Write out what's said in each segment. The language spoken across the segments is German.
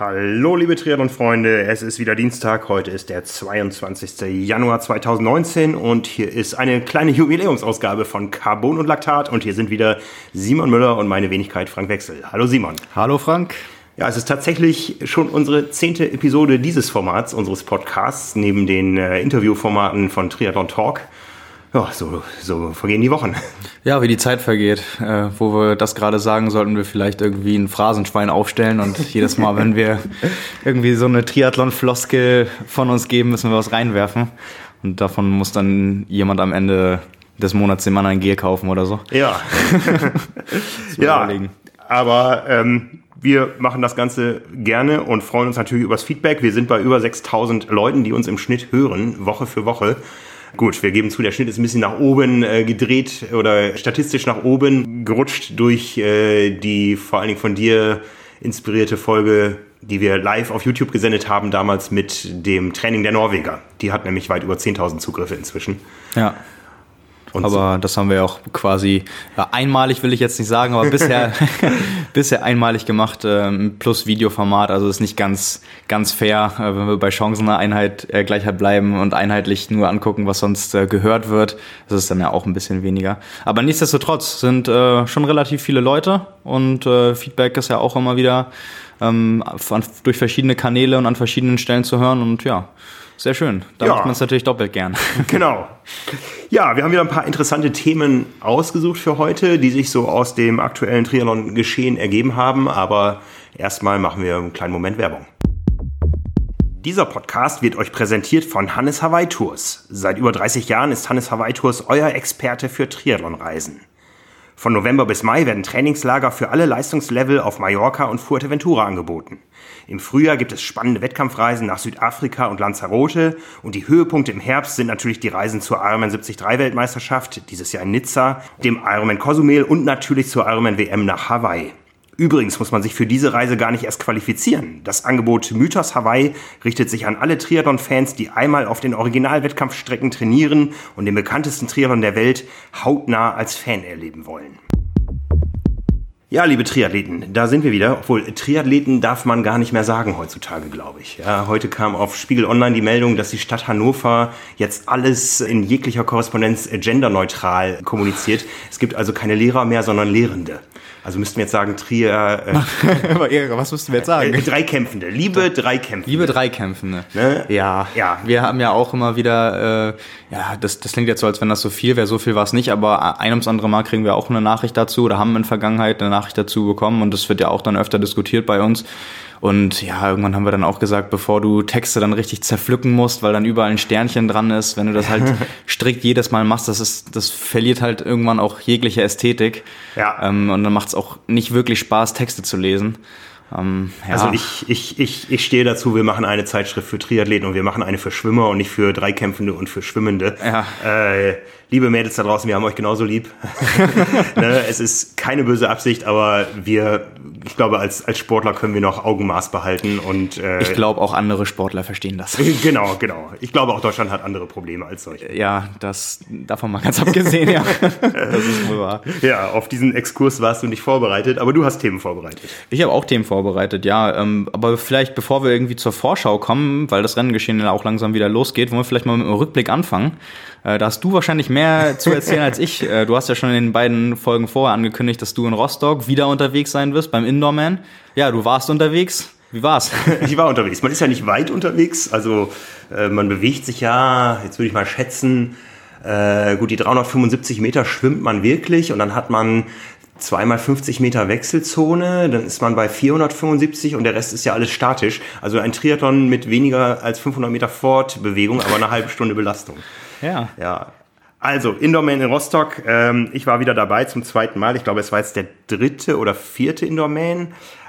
Hallo liebe Triathlon-Freunde, es ist wieder Dienstag, heute ist der 22. Januar 2019 und hier ist eine kleine Jubiläumsausgabe von Carbon und Laktat und hier sind wieder Simon Müller und meine Wenigkeit Frank Wechsel. Hallo Simon. Hallo Frank. Ja, es ist tatsächlich schon unsere 10. Episode dieses Formats, unseres Podcasts, neben den Interviewformaten von Triathlon Talk. Ja, so vergehen die Wochen. Ja, wie die Zeit vergeht. Wo wir das gerade sagen, sollten wir vielleicht irgendwie ein Phrasenschwein aufstellen und jedes Mal, wenn wir irgendwie so eine Triathlon-Floskel von uns geben, müssen wir was reinwerfen. Und davon muss dann jemand am Ende des Monats dem Mann ein Gel kaufen oder so. Ja. Ja, aber wir machen das Ganze gerne und freuen uns natürlich über das Feedback. Wir sind bei über 6.000 Leuten, die uns im Schnitt hören, Woche für Woche. Gut, wir geben zu, der Schnitt ist ein bisschen nach oben gedreht oder statistisch nach oben gerutscht durch die vor allen Dingen von dir inspirierte Folge, die wir live auf YouTube gesendet haben, damals mit dem Training der Norweger. Die hat nämlich weit über 10.000 Zugriffe inzwischen. Ja. Und aber das haben wir auch quasi, ja, einmalig will ich jetzt nicht sagen, aber bisher einmalig gemacht, plus Videoformat. Also ist nicht ganz fair, wenn wir bei Chanceneinheit Gleichheit bleiben und einheitlich nur angucken, was sonst gehört wird. Das ist dann ja auch ein bisschen weniger. Aber nichtsdestotrotz sind schon relativ viele Leute und Feedback ist ja auch immer wieder durch verschiedene Kanäle und an verschiedenen Stellen zu hören und ja. Sehr schön. Da macht man es natürlich doppelt gern. Genau. Ja, wir haben wieder ein paar interessante Themen ausgesucht für heute, die sich so aus dem aktuellen Triathlon-Geschehen ergeben haben. Aber erstmal machen wir einen kleinen Moment Werbung. Dieser Podcast wird euch präsentiert von Hannes Hawaii Tours. Seit über 30 Jahren ist Hannes Hawaii Tours euer Experte für Triathlon-Reisen. Von November bis Mai werden Trainingslager für alle Leistungslevel auf Mallorca und Fuerteventura angeboten. Im Frühjahr gibt es spannende Wettkampfreisen nach Südafrika und Lanzarote und die Höhepunkte im Herbst sind natürlich die Reisen zur Ironman 73 Weltmeisterschaft, dieses Jahr in Nizza, dem Ironman Cozumel und natürlich zur Ironman WM nach Hawaii. Übrigens muss man sich für diese Reise gar nicht erst qualifizieren. Das Angebot Mythos Hawaii richtet sich an alle Triathlon-Fans, die einmal auf den Original-Wettkampfstrecken trainieren und den bekanntesten Triathlon der Welt hautnah als Fan erleben wollen. Ja, liebe Triathleten, da sind wir wieder. Obwohl, Triathleten darf man gar nicht mehr sagen heutzutage, glaube ich. Ja, heute kam auf Spiegel Online die Meldung, dass die Stadt Hannover jetzt alles in jeglicher Korrespondenz genderneutral kommuniziert. Es gibt also keine Lehrer mehr, sondern Lehrende. Also müssten wir jetzt sagen, was müssten wir jetzt sagen? Dreikämpfende. Liebe Dreikämpfende. Liebe Dreikämpfende. Ne? Ja. Wir haben ja auch immer wieder, das klingt jetzt so, als wenn das so viel wäre. So viel war es nicht, aber ein ums andere Mal kriegen wir auch eine Nachricht dazu oder haben in der Vergangenheit eine Nachricht dazu bekommen und das wird ja auch dann öfter diskutiert bei uns. Und ja, irgendwann haben wir dann auch gesagt, bevor du Texte dann richtig zerpflücken musst, weil dann überall ein Sternchen dran ist, wenn du das halt strikt jedes Mal machst, das verliert halt irgendwann auch jegliche Ästhetik. Ja. Und dann macht es auch nicht wirklich Spaß, Texte zu lesen. Ja. Also ich stehe dazu, wir machen eine Zeitschrift für Triathleten und wir machen eine für Schwimmer und nicht für Dreikämpfende und für Schwimmende. Ja. Liebe Mädels da draußen, wir haben euch genauso lieb. Ne, es ist keine böse Absicht, aber ich glaube, als Sportler können wir noch Augenmaß behalten. Und ich glaube, auch andere Sportler verstehen das. Genau. Ich glaube, auch Deutschland hat andere Probleme als solche. Ja, davon mal ganz abgesehen, ja. Das ist wohl wahr. Ja, auf diesen Exkurs warst du nicht vorbereitet, aber du hast Themen vorbereitet. Ich habe auch Themen vorbereitet, ja. Aber vielleicht, bevor wir irgendwie zur Vorschau kommen, weil das Rennengeschehen ja auch langsam wieder losgeht, wollen wir vielleicht mal mit einem Rückblick anfangen. Da hast du wahrscheinlich mehr zu erzählen als ich. Du hast ja schon in den beiden Folgen vorher angekündigt, dass du in Rostock wieder unterwegs sein wirst beim Indoorman. Ja, du warst unterwegs. Wie war's? Ich war unterwegs. Man ist ja nicht weit unterwegs. Also man bewegt sich ja, jetzt würde ich mal schätzen, die 375 Meter schwimmt man wirklich und dann hat man 2x 50 Meter Wechselzone, dann ist man bei 475 und der Rest ist ja alles statisch. Also ein Triathlon mit weniger als 500 Meter Fortbewegung, aber eine halbe Stunde Belastung. Ja. Also, Indoorman in Rostock. Ich war wieder dabei zum zweiten Mal. Ich glaube, es war jetzt der 3. oder 4. Indoorman.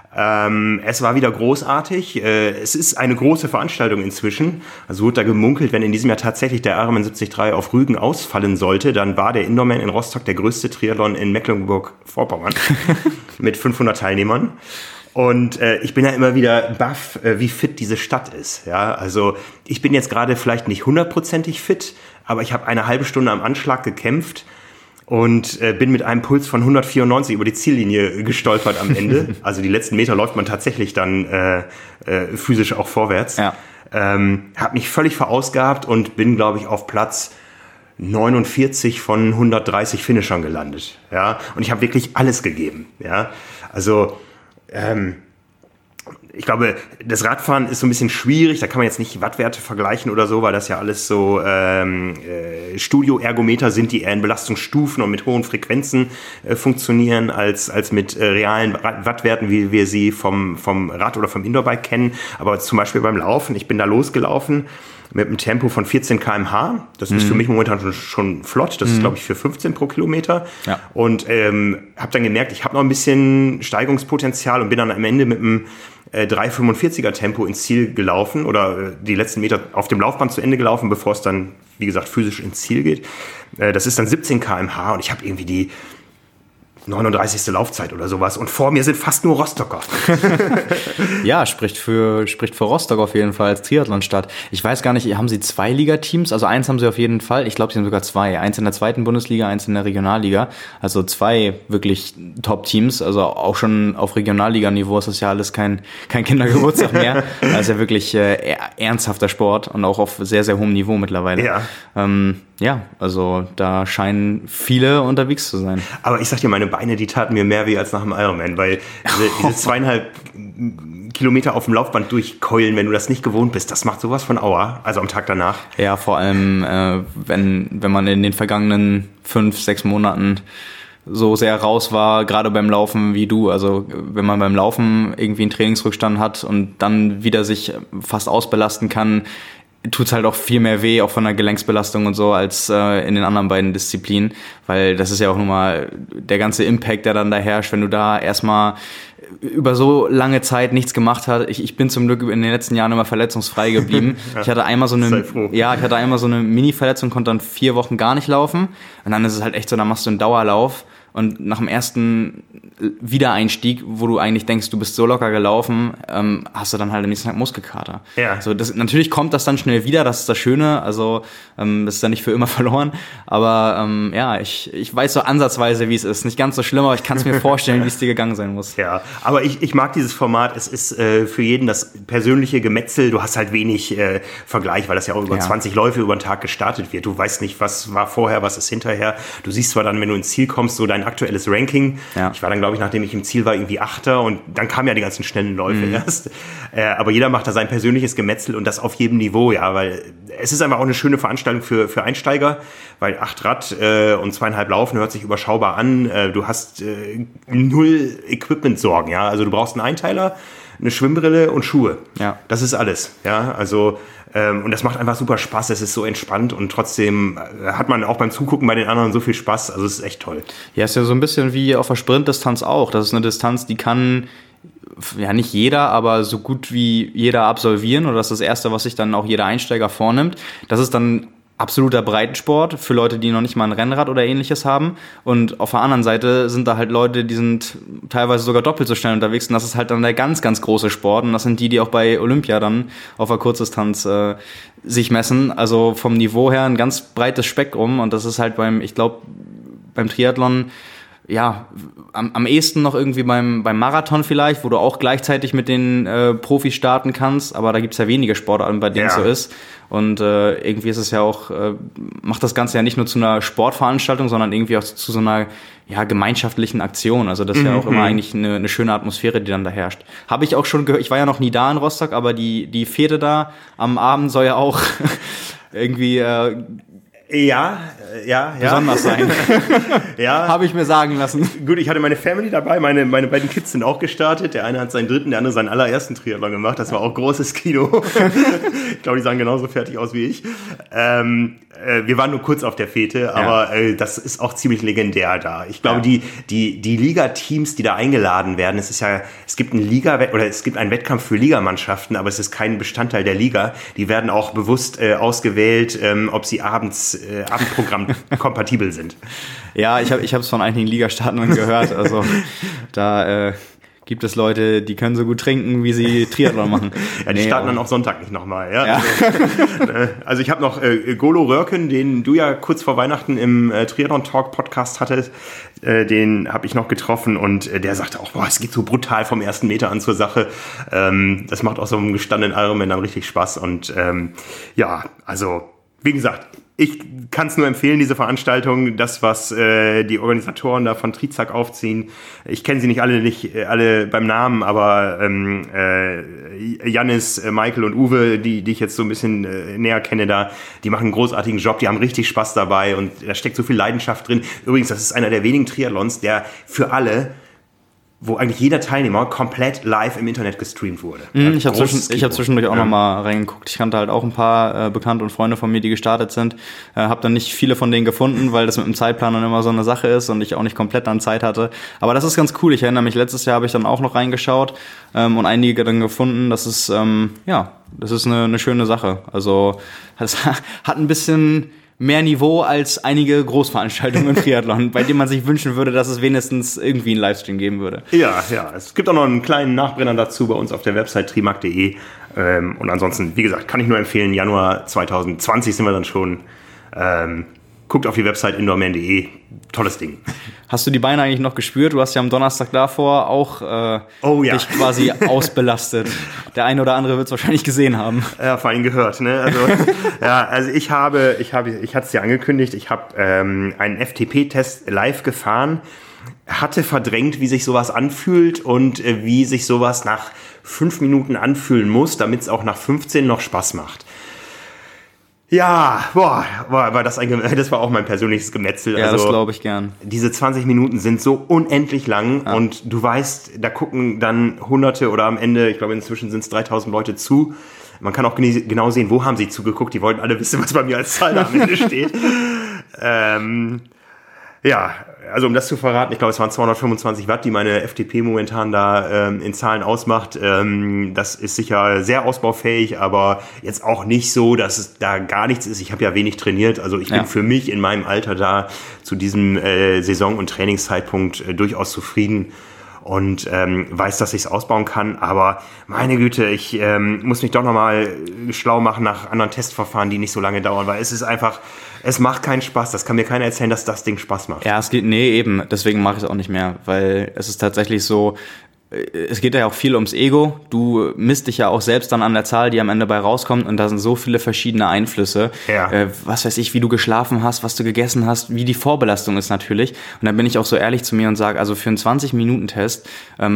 Es war wieder großartig. Es ist eine große Veranstaltung inzwischen. Also wurde da gemunkelt, wenn in diesem Jahr tatsächlich der Ironman 73 auf Rügen ausfallen sollte, dann war der Indoorman in Rostock der größte Triathlon in Mecklenburg-Vorpommern mit 500 Teilnehmern. Und ich bin ja immer wieder baff, wie fit diese Stadt ist. Ja, also ich bin jetzt gerade vielleicht nicht 100%ig fit, aber ich habe eine halbe Stunde am Anschlag gekämpft. und bin mit einem Puls von 194 über die Ziellinie gestolpert am Ende. Also die letzten Meter läuft man tatsächlich dann physisch auch vorwärts. Ja. Habe mich völlig verausgabt und bin, glaube ich, auf Platz 49 von 130 Finishern gelandet. Ja? Und ich habe wirklich alles gegeben. Ja? Also ich glaube, das Radfahren ist so ein bisschen schwierig, da kann man jetzt nicht Wattwerte vergleichen oder so, weil das ja alles so Studioergometer sind, die eher in Belastungsstufen und mit hohen Frequenzen funktionieren, als mit realen Wattwerten, wie wir sie vom Rad oder vom Indoorbike kennen. Aber zum Beispiel beim Laufen, ich bin da losgelaufen mit einem Tempo von 14 km/h. Das ist für mich momentan schon flott. Das ist, glaube ich, für 15 pro Kilometer. Ja. Und habe dann gemerkt, ich habe noch ein bisschen Steigungspotenzial und bin dann am Ende mit einem 3,45er Tempo ins Ziel gelaufen oder die letzten Meter auf dem Laufband zu Ende gelaufen, bevor es dann, wie gesagt, physisch ins Ziel geht. Das ist dann 17 km/h und ich habe irgendwie die 39. Laufzeit oder sowas und vor mir sind fast nur Rostocker. Ja, spricht für Rostock auf jeden Fall als Triathlonstadt. Ich weiß gar nicht, haben sie 2 Ligateams? Also eins haben sie auf jeden Fall. Ich glaube, sie haben sogar 2. Eins in der 2. Bundesliga, eins in der Regionalliga. Also 2 wirklich Top-Teams. Also auch schon auf Regionalliga-Niveau ist das ja alles kein Kindergeburtstag mehr. Das ist ja wirklich ernsthafter Sport und auch auf sehr, sehr hohem Niveau mittlerweile. Ja. Ja, also da scheinen viele unterwegs zu sein. Aber ich sag dir, meine Beine, die taten mir mehr weh als nach dem Ironman, weil diese 2,5 Kilometer auf dem Laufband durchkeulen, wenn du das nicht gewohnt bist, das macht sowas von Aua, also am Tag danach. Ja, vor allem, wenn man in den vergangenen 5-6 Monaten so sehr raus war, gerade beim Laufen wie du. Also wenn man beim Laufen irgendwie einen Trainingsrückstand hat und dann wieder sich fast ausbelasten kann, tut's halt auch viel mehr weh, auch von der Gelenksbelastung und so, als in den anderen beiden Disziplinen, weil das ist ja auch nun mal der ganze Impact, der dann da herrscht, wenn du da erstmal über so lange Zeit nichts gemacht hast. Ich bin zum Glück in den letzten Jahren immer verletzungsfrei geblieben. Ich hatte einmal so eine Mini-Verletzung, konnte dann 4 Wochen gar nicht laufen und dann ist es halt echt so, dann machst du einen Dauerlauf. Und nach dem ersten Wiedereinstieg, wo du eigentlich denkst, du bist so locker gelaufen, hast du dann halt am nächsten Tag Muskelkater. Ja. So, natürlich kommt das dann schnell wieder, das ist das Schöne. Also das ist dann nicht für immer verloren. Aber ja, ich weiß so ansatzweise, wie es ist. Nicht ganz so schlimm, aber ich kann es mir vorstellen, wie es dir gegangen sein muss. Ja, aber ich mag dieses Format. Es ist für jeden das persönliche Gemetzel. Du hast halt wenig Vergleich, weil das ja auch über 20 Läufe über den Tag gestartet wird. Du weißt nicht, was war vorher, was ist hinterher. Du siehst zwar dann, wenn du ins Ziel kommst, so dein aktuelles Ranking. Ja. Ich war dann, glaube ich, nachdem ich im Ziel war, irgendwie 8. und dann kamen ja die ganzen schnellen Läufe erst. Aber jeder macht da sein persönliches Gemetzel und das auf jedem Niveau, ja, weil es ist einfach auch eine schöne Veranstaltung für Einsteiger, weil 8 Rad und 2,5 Laufen hört sich überschaubar an. Du hast 0 Equipment-Sorgen, ja, also du brauchst einen Einteiler, eine Schwimmbrille und Schuhe. Ja. Das ist alles, ja, also und das macht einfach super Spaß, es ist so entspannt und trotzdem hat man auch beim Zugucken bei den anderen so viel Spaß, also es ist echt toll. Ja, ist ja so ein bisschen wie auf der Sprintdistanz auch. Das ist eine Distanz, die kann ja nicht jeder, aber so gut wie jeder absolvieren oder das ist das Erste, was sich dann auch jeder Einsteiger vornimmt. Das ist dann absoluter Breitensport für Leute, die noch nicht mal ein Rennrad oder ähnliches haben. Und auf der anderen Seite sind da halt Leute, die sind teilweise sogar doppelt so schnell unterwegs. Und das ist halt dann der ganz, ganz große Sport. Und das sind die auch bei Olympia dann auf der Kurzdistanz sich messen. Also vom Niveau her ein ganz breites Spektrum. Und das ist halt beim Triathlon ja, am ehesten noch irgendwie beim Marathon vielleicht, wo du auch gleichzeitig mit den Profis starten kannst, aber da gibt's ja wenige Sportarten, bei denen es so ist. Und irgendwie ist es ja auch, macht das Ganze ja nicht nur zu einer Sportveranstaltung, sondern irgendwie auch zu so einer gemeinschaftlichen Aktion. Also das ist ja auch immer eigentlich eine schöne Atmosphäre, die dann da herrscht. Habe ich auch schon gehört, ich war ja noch nie da in Rostock, aber die Fete da am Abend soll ja auch irgendwie besonders sein. Ja. Habe ich mir sagen lassen. Gut, ich hatte meine Family dabei, meine beiden Kids sind auch gestartet. Der eine hat seinen 3., der andere seinen allerersten Triathlon gemacht. Das war auch großes Kino. Ich glaube, die sahen genauso fertig aus wie ich. Wir waren nur kurz auf der Fete, aber das ist auch ziemlich legendär da. Ich glaube, die Liga-Teams, die da eingeladen werden, es gibt einen Wettkampf für Ligamannschaften, aber es ist kein Bestandteil der Liga. Die werden auch bewusst ausgewählt, ob sie Abendprogramm kompatibel sind. Ja, ich habe es von einigen Ligastartern gehört. Also da gibt es Leute, die können so gut trinken, wie sie Triathlon machen. Ja, die starten dann auf Sonntag nicht nochmal. Ja? Also ich habe noch Golo Röhrken, den du ja kurz vor Weihnachten im Triathlon Talk Podcast hattest, den habe ich noch getroffen und der sagte auch, boah, es geht so brutal vom ersten Meter an zur Sache. Das macht auch so einem gestandenen Ironman dann richtig Spaß und also wie gesagt, ich kann es nur empfehlen, diese Veranstaltung, das, was die Organisatoren da von Trizak aufziehen. Ich kenne sie nicht alle beim Namen, aber Jannis, Michael und Uwe, die ich jetzt so ein bisschen näher kenne da, die machen einen großartigen Job, die haben richtig Spaß dabei und da steckt so viel Leidenschaft drin. Übrigens, das ist einer der wenigen Triathlons, der für alle, wo eigentlich jeder Teilnehmer komplett live im Internet gestreamt wurde. Ich habe zwischendurch auch noch mal reingeguckt. Ich kannte halt auch ein paar Bekannte und Freunde von mir, die gestartet sind. Habe dann nicht viele von denen gefunden, weil das mit dem Zeitplan dann immer so eine Sache ist und ich auch nicht komplett an Zeit hatte. Aber das ist ganz cool. Ich erinnere mich, letztes Jahr habe ich dann auch noch reingeschaut und einige dann gefunden. Das ist, das ist eine schöne Sache. Also das hat ein bisschen mehr Niveau als einige Großveranstaltungen im Triathlon, bei denen man sich wünschen würde, dass es wenigstens irgendwie einen Livestream geben würde. Ja, es gibt auch noch einen kleinen Nachbrenner dazu bei uns auf der Website trimark.de und ansonsten, wie gesagt, kann ich nur empfehlen, Januar 2020 sind wir dann schon. Guckt auf die Website indoorman.de, tolles Ding. Hast du die Beine eigentlich noch gespürt? Du hast ja am Donnerstag davor auch dich quasi ausbelastet. Der eine oder andere wird es wahrscheinlich gesehen haben. Ja, vor allem gehört. Ne? Also ich hatte es ja angekündigt, ich habe einen FTP-Test live gefahren, hatte verdrängt, wie sich sowas anfühlt und wie sich sowas nach 5 Minuten anfühlen muss, damit es auch nach 15 noch Spaß macht. Ja, das war auch mein persönliches Gemetzel. Ja, das glaube ich gern. Diese 20 Minuten sind so unendlich lang und du weißt, da gucken dann Hunderte oder am Ende, ich glaube inzwischen sind es 3000 Leute zu. Man kann auch genau sehen, wo haben sie zugeguckt. Die wollten alle wissen, was bei mir als Zahl da am Ende steht. Also um das zu verraten, ich glaube, es waren 225 Watt, die meine FTP momentan da in Zahlen ausmacht. Das ist sicher sehr ausbaufähig, aber jetzt auch nicht so, dass es da gar nichts ist. Ich habe ja wenig trainiert, also ich bin für mich in meinem Alter da zu diesem Saison- und Trainingszeitpunkt durchaus zufrieden und weiß, dass ich es ausbauen kann. Aber meine Güte, ich muss mich doch nochmal schlau machen nach anderen Testverfahren, die nicht so lange dauern, weil es macht keinen Spaß. Das kann mir keiner erzählen, dass das Ding Spaß macht. Ja, deswegen mache ich es auch nicht mehr, weil es ist tatsächlich so, es geht ja auch viel ums Ego. Du misst dich ja auch selbst dann an der Zahl, die am Ende bei rauskommt und da sind so viele verschiedene Einflüsse. Ja. Was weiß ich, wie du geschlafen hast, was du gegessen hast, wie die Vorbelastung ist natürlich. Und dann bin ich auch so ehrlich zu mir und sage, also für einen 20-Minuten-Test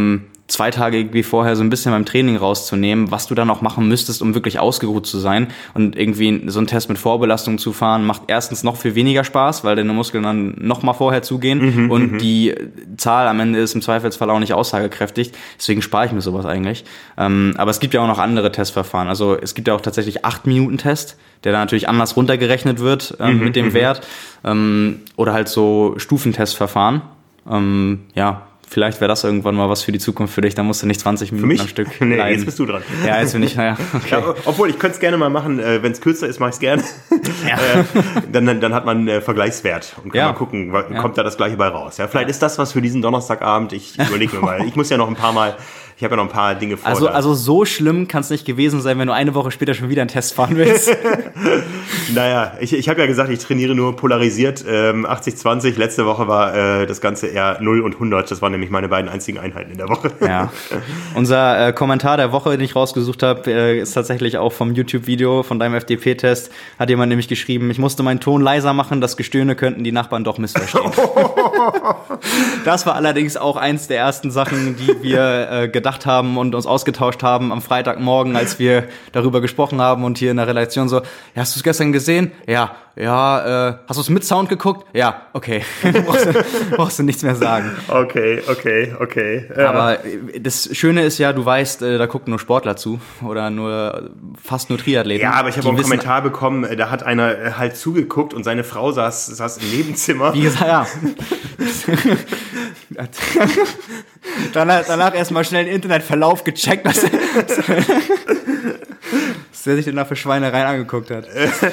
2 Tage irgendwie vorher so ein bisschen beim Training rauszunehmen, was du dann auch machen müsstest, um wirklich ausgeruht zu sein. Und irgendwie so einen Test mit Vorbelastung zu fahren, macht erstens noch viel weniger Spaß, weil deine Muskeln dann noch mal vorher zugehen und die Zahl am Ende ist im Zweifelsfall auch nicht aussagekräftig. Deswegen spare ich mir sowas eigentlich. Aber es gibt ja auch noch andere Testverfahren. Also es gibt ja auch tatsächlich 8-Minuten-Test, der dann natürlich anders runtergerechnet wird mit dem Wert. Oder halt so Stufentestverfahren. Vielleicht wäre das irgendwann mal was für die Zukunft für dich. Da musst du nicht 20 Minuten am Stück leiden. Nee, jetzt bist du dran. Ja, jetzt bin ich, okay. Ja, obwohl, ich könnte es gerne mal machen. Wenn es kürzer ist, mache ich es gerne. Ja. Dann hat man einen Vergleichswert und kann mal gucken, kommt da das Gleiche bei raus. Ja, vielleicht ist das was für diesen Donnerstagabend. Ich überlege mir mal. Ich muss ja noch ein paar Dinge vor. Also so schlimm kann es nicht gewesen sein, wenn du eine Woche später schon wieder einen Test fahren willst. Naja, ich habe ja gesagt, ich trainiere nur polarisiert 80-20. Letzte Woche war das Ganze eher 0 und 100. Das waren nämlich meine beiden einzigen Einheiten in der Woche. Ja. Unser Kommentar der Woche, den ich rausgesucht habe, ist tatsächlich auch vom YouTube-Video von deinem FDP-Test. Hat jemand nämlich geschrieben, ich musste meinen Ton leiser machen, das Gestöhne könnten die Nachbarn doch missverstehen. Das war allerdings auch eins der ersten Sachen, die wir gedacht haben und uns ausgetauscht haben am Freitagmorgen, als wir darüber gesprochen haben und hier in der Redaktion so, ja, hast du es gestern gesehen? Ja, hast du es mit Sound geguckt? Ja, okay. brauchst du nichts mehr sagen. Okay. Ja. Aber das Schöne ist ja, du weißt, da gucken nur Sportler zu oder fast nur Triathleten. Ja, aber ich habe auch einen Kommentar bekommen, da hat einer halt zugeguckt und seine Frau saß im Nebenzimmer. Wie gesagt, ja. Danach erstmal schnell den Internetverlauf gecheckt. Was der sich denn da für Schweinereien angeguckt hat.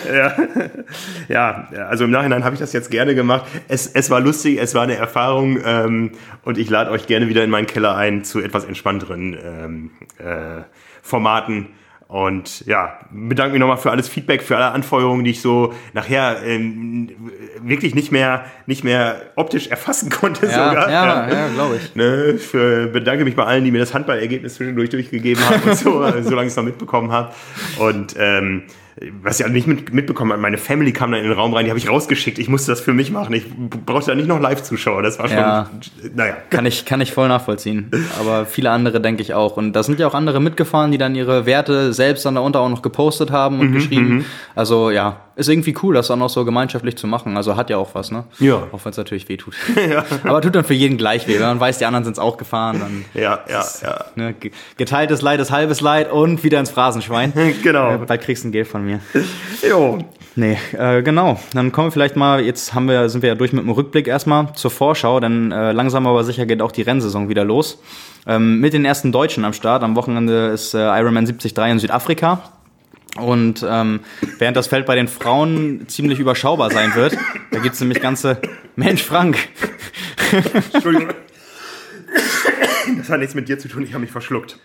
Ja, also im Nachhinein habe ich das jetzt gerne gemacht. Es war lustig, es war eine Erfahrung und ich lade euch gerne wieder in meinen Keller ein zu etwas entspannteren Formaten. Und ja, bedanke mich nochmal für alles Feedback, für alle Anfeuerungen, die ich so nachher wirklich nicht mehr optisch erfassen konnte sogar. Ja, glaube ich. Ne, bedanke mich bei allen, die mir das Handballergebnis zwischendurch durchgegeben haben und so, solange ich es noch mitbekommen habe. Und was ich nicht mitbekommen habe, meine Family kam dann in den Raum rein, die habe ich rausgeschickt. Ich musste das für mich machen. Ich brauchte da nicht noch Live-Zuschauer. Das war schon, naja. Kann ich voll nachvollziehen. Aber viele andere denke ich auch. Und da sind ja auch andere mitgefahren, die dann ihre Werte selbst dann darunter auch noch gepostet haben und geschrieben. Also ja, ist irgendwie cool, das dann auch so gemeinschaftlich zu machen. Also hat ja auch was, ne? Ja. Auch wenn es natürlich weh tut. Aber tut dann für jeden gleich weh. Wenn man weiß, die anderen sind es auch gefahren, dann ja. Ne, geteiltes Leid ist halbes Leid und wieder ins Phrasenschwein. Genau. Bald kriegst du ein Geld von mir. Jo. Nee, genau. Dann kommen wir vielleicht mal, sind wir ja durch mit dem Rückblick erstmal zur Vorschau, denn langsam aber sicher geht auch die Rennsaison wieder los. Mit den ersten Deutschen am Start. Am Wochenende ist Ironman 73 in Südafrika. Und während das Feld bei den Frauen ziemlich überschaubar sein wird, da gibt's nämlich Mensch, Frank. Entschuldigung. Das hat nichts mit dir zu tun, ich habe mich verschluckt.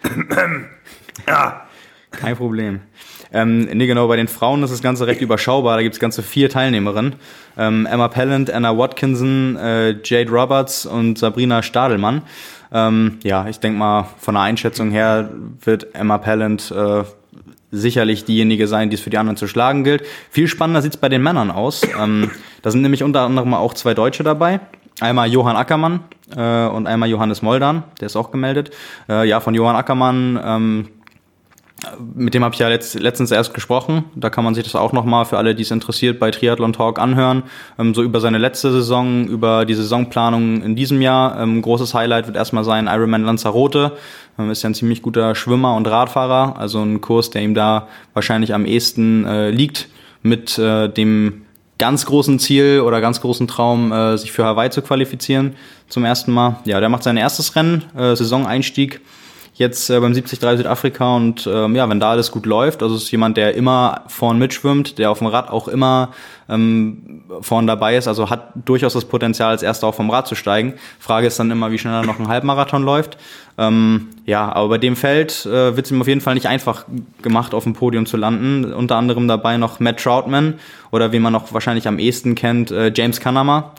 Ja. Kein Problem. Nee, genau, bei den Frauen ist das Ganze recht überschaubar. Da gibt's ganze 4 Teilnehmerinnen. Emma Pallant, Anna Watkinson, Jade Roberts und Sabrina Stadelmann. Ja, ich denke mal, von der Einschätzung her wird Emma Pallant sicherlich diejenige sein, die es für die anderen zu schlagen gilt. Viel spannender sieht's bei den Männern aus. Da sind nämlich unter anderem auch 2 Deutsche dabei. Einmal Johann Ackermann und einmal Johannes Moldan, der ist auch gemeldet. Von Johann Ackermann, mit dem habe ich ja letztens erst gesprochen. Da kann man sich das auch nochmal für alle, die es interessiert, bei Triathlon Talk anhören. So über seine letzte Saison, über die Saisonplanung in diesem Jahr. Großes Highlight wird erstmal sein Ironman Lanzarote. Ist ja ein ziemlich guter Schwimmer und Radfahrer. Also ein Kurs, der ihm da wahrscheinlich am ehesten liegt. Mit dem ganz großen Ziel oder ganz großen Traum, sich für Hawaii zu qualifizieren zum ersten Mal. Ja, der macht sein erstes Rennen, Saisoneinstieg. Jetzt beim 73 Südafrika und wenn da alles gut läuft, also ist jemand, der immer vorn mitschwimmt, der auf dem Rad auch immer vorn dabei ist, also hat durchaus das Potenzial, als Erster auch vom Rad zu steigen. Frage ist dann immer, wie schnell er noch einen Halbmarathon läuft. Aber bei dem Feld wird es ihm auf jeden Fall nicht einfach gemacht, auf dem Podium zu landen. Unter anderem dabei noch Matt Troutman oder wie man noch wahrscheinlich am ehesten kennt, James Cunnama.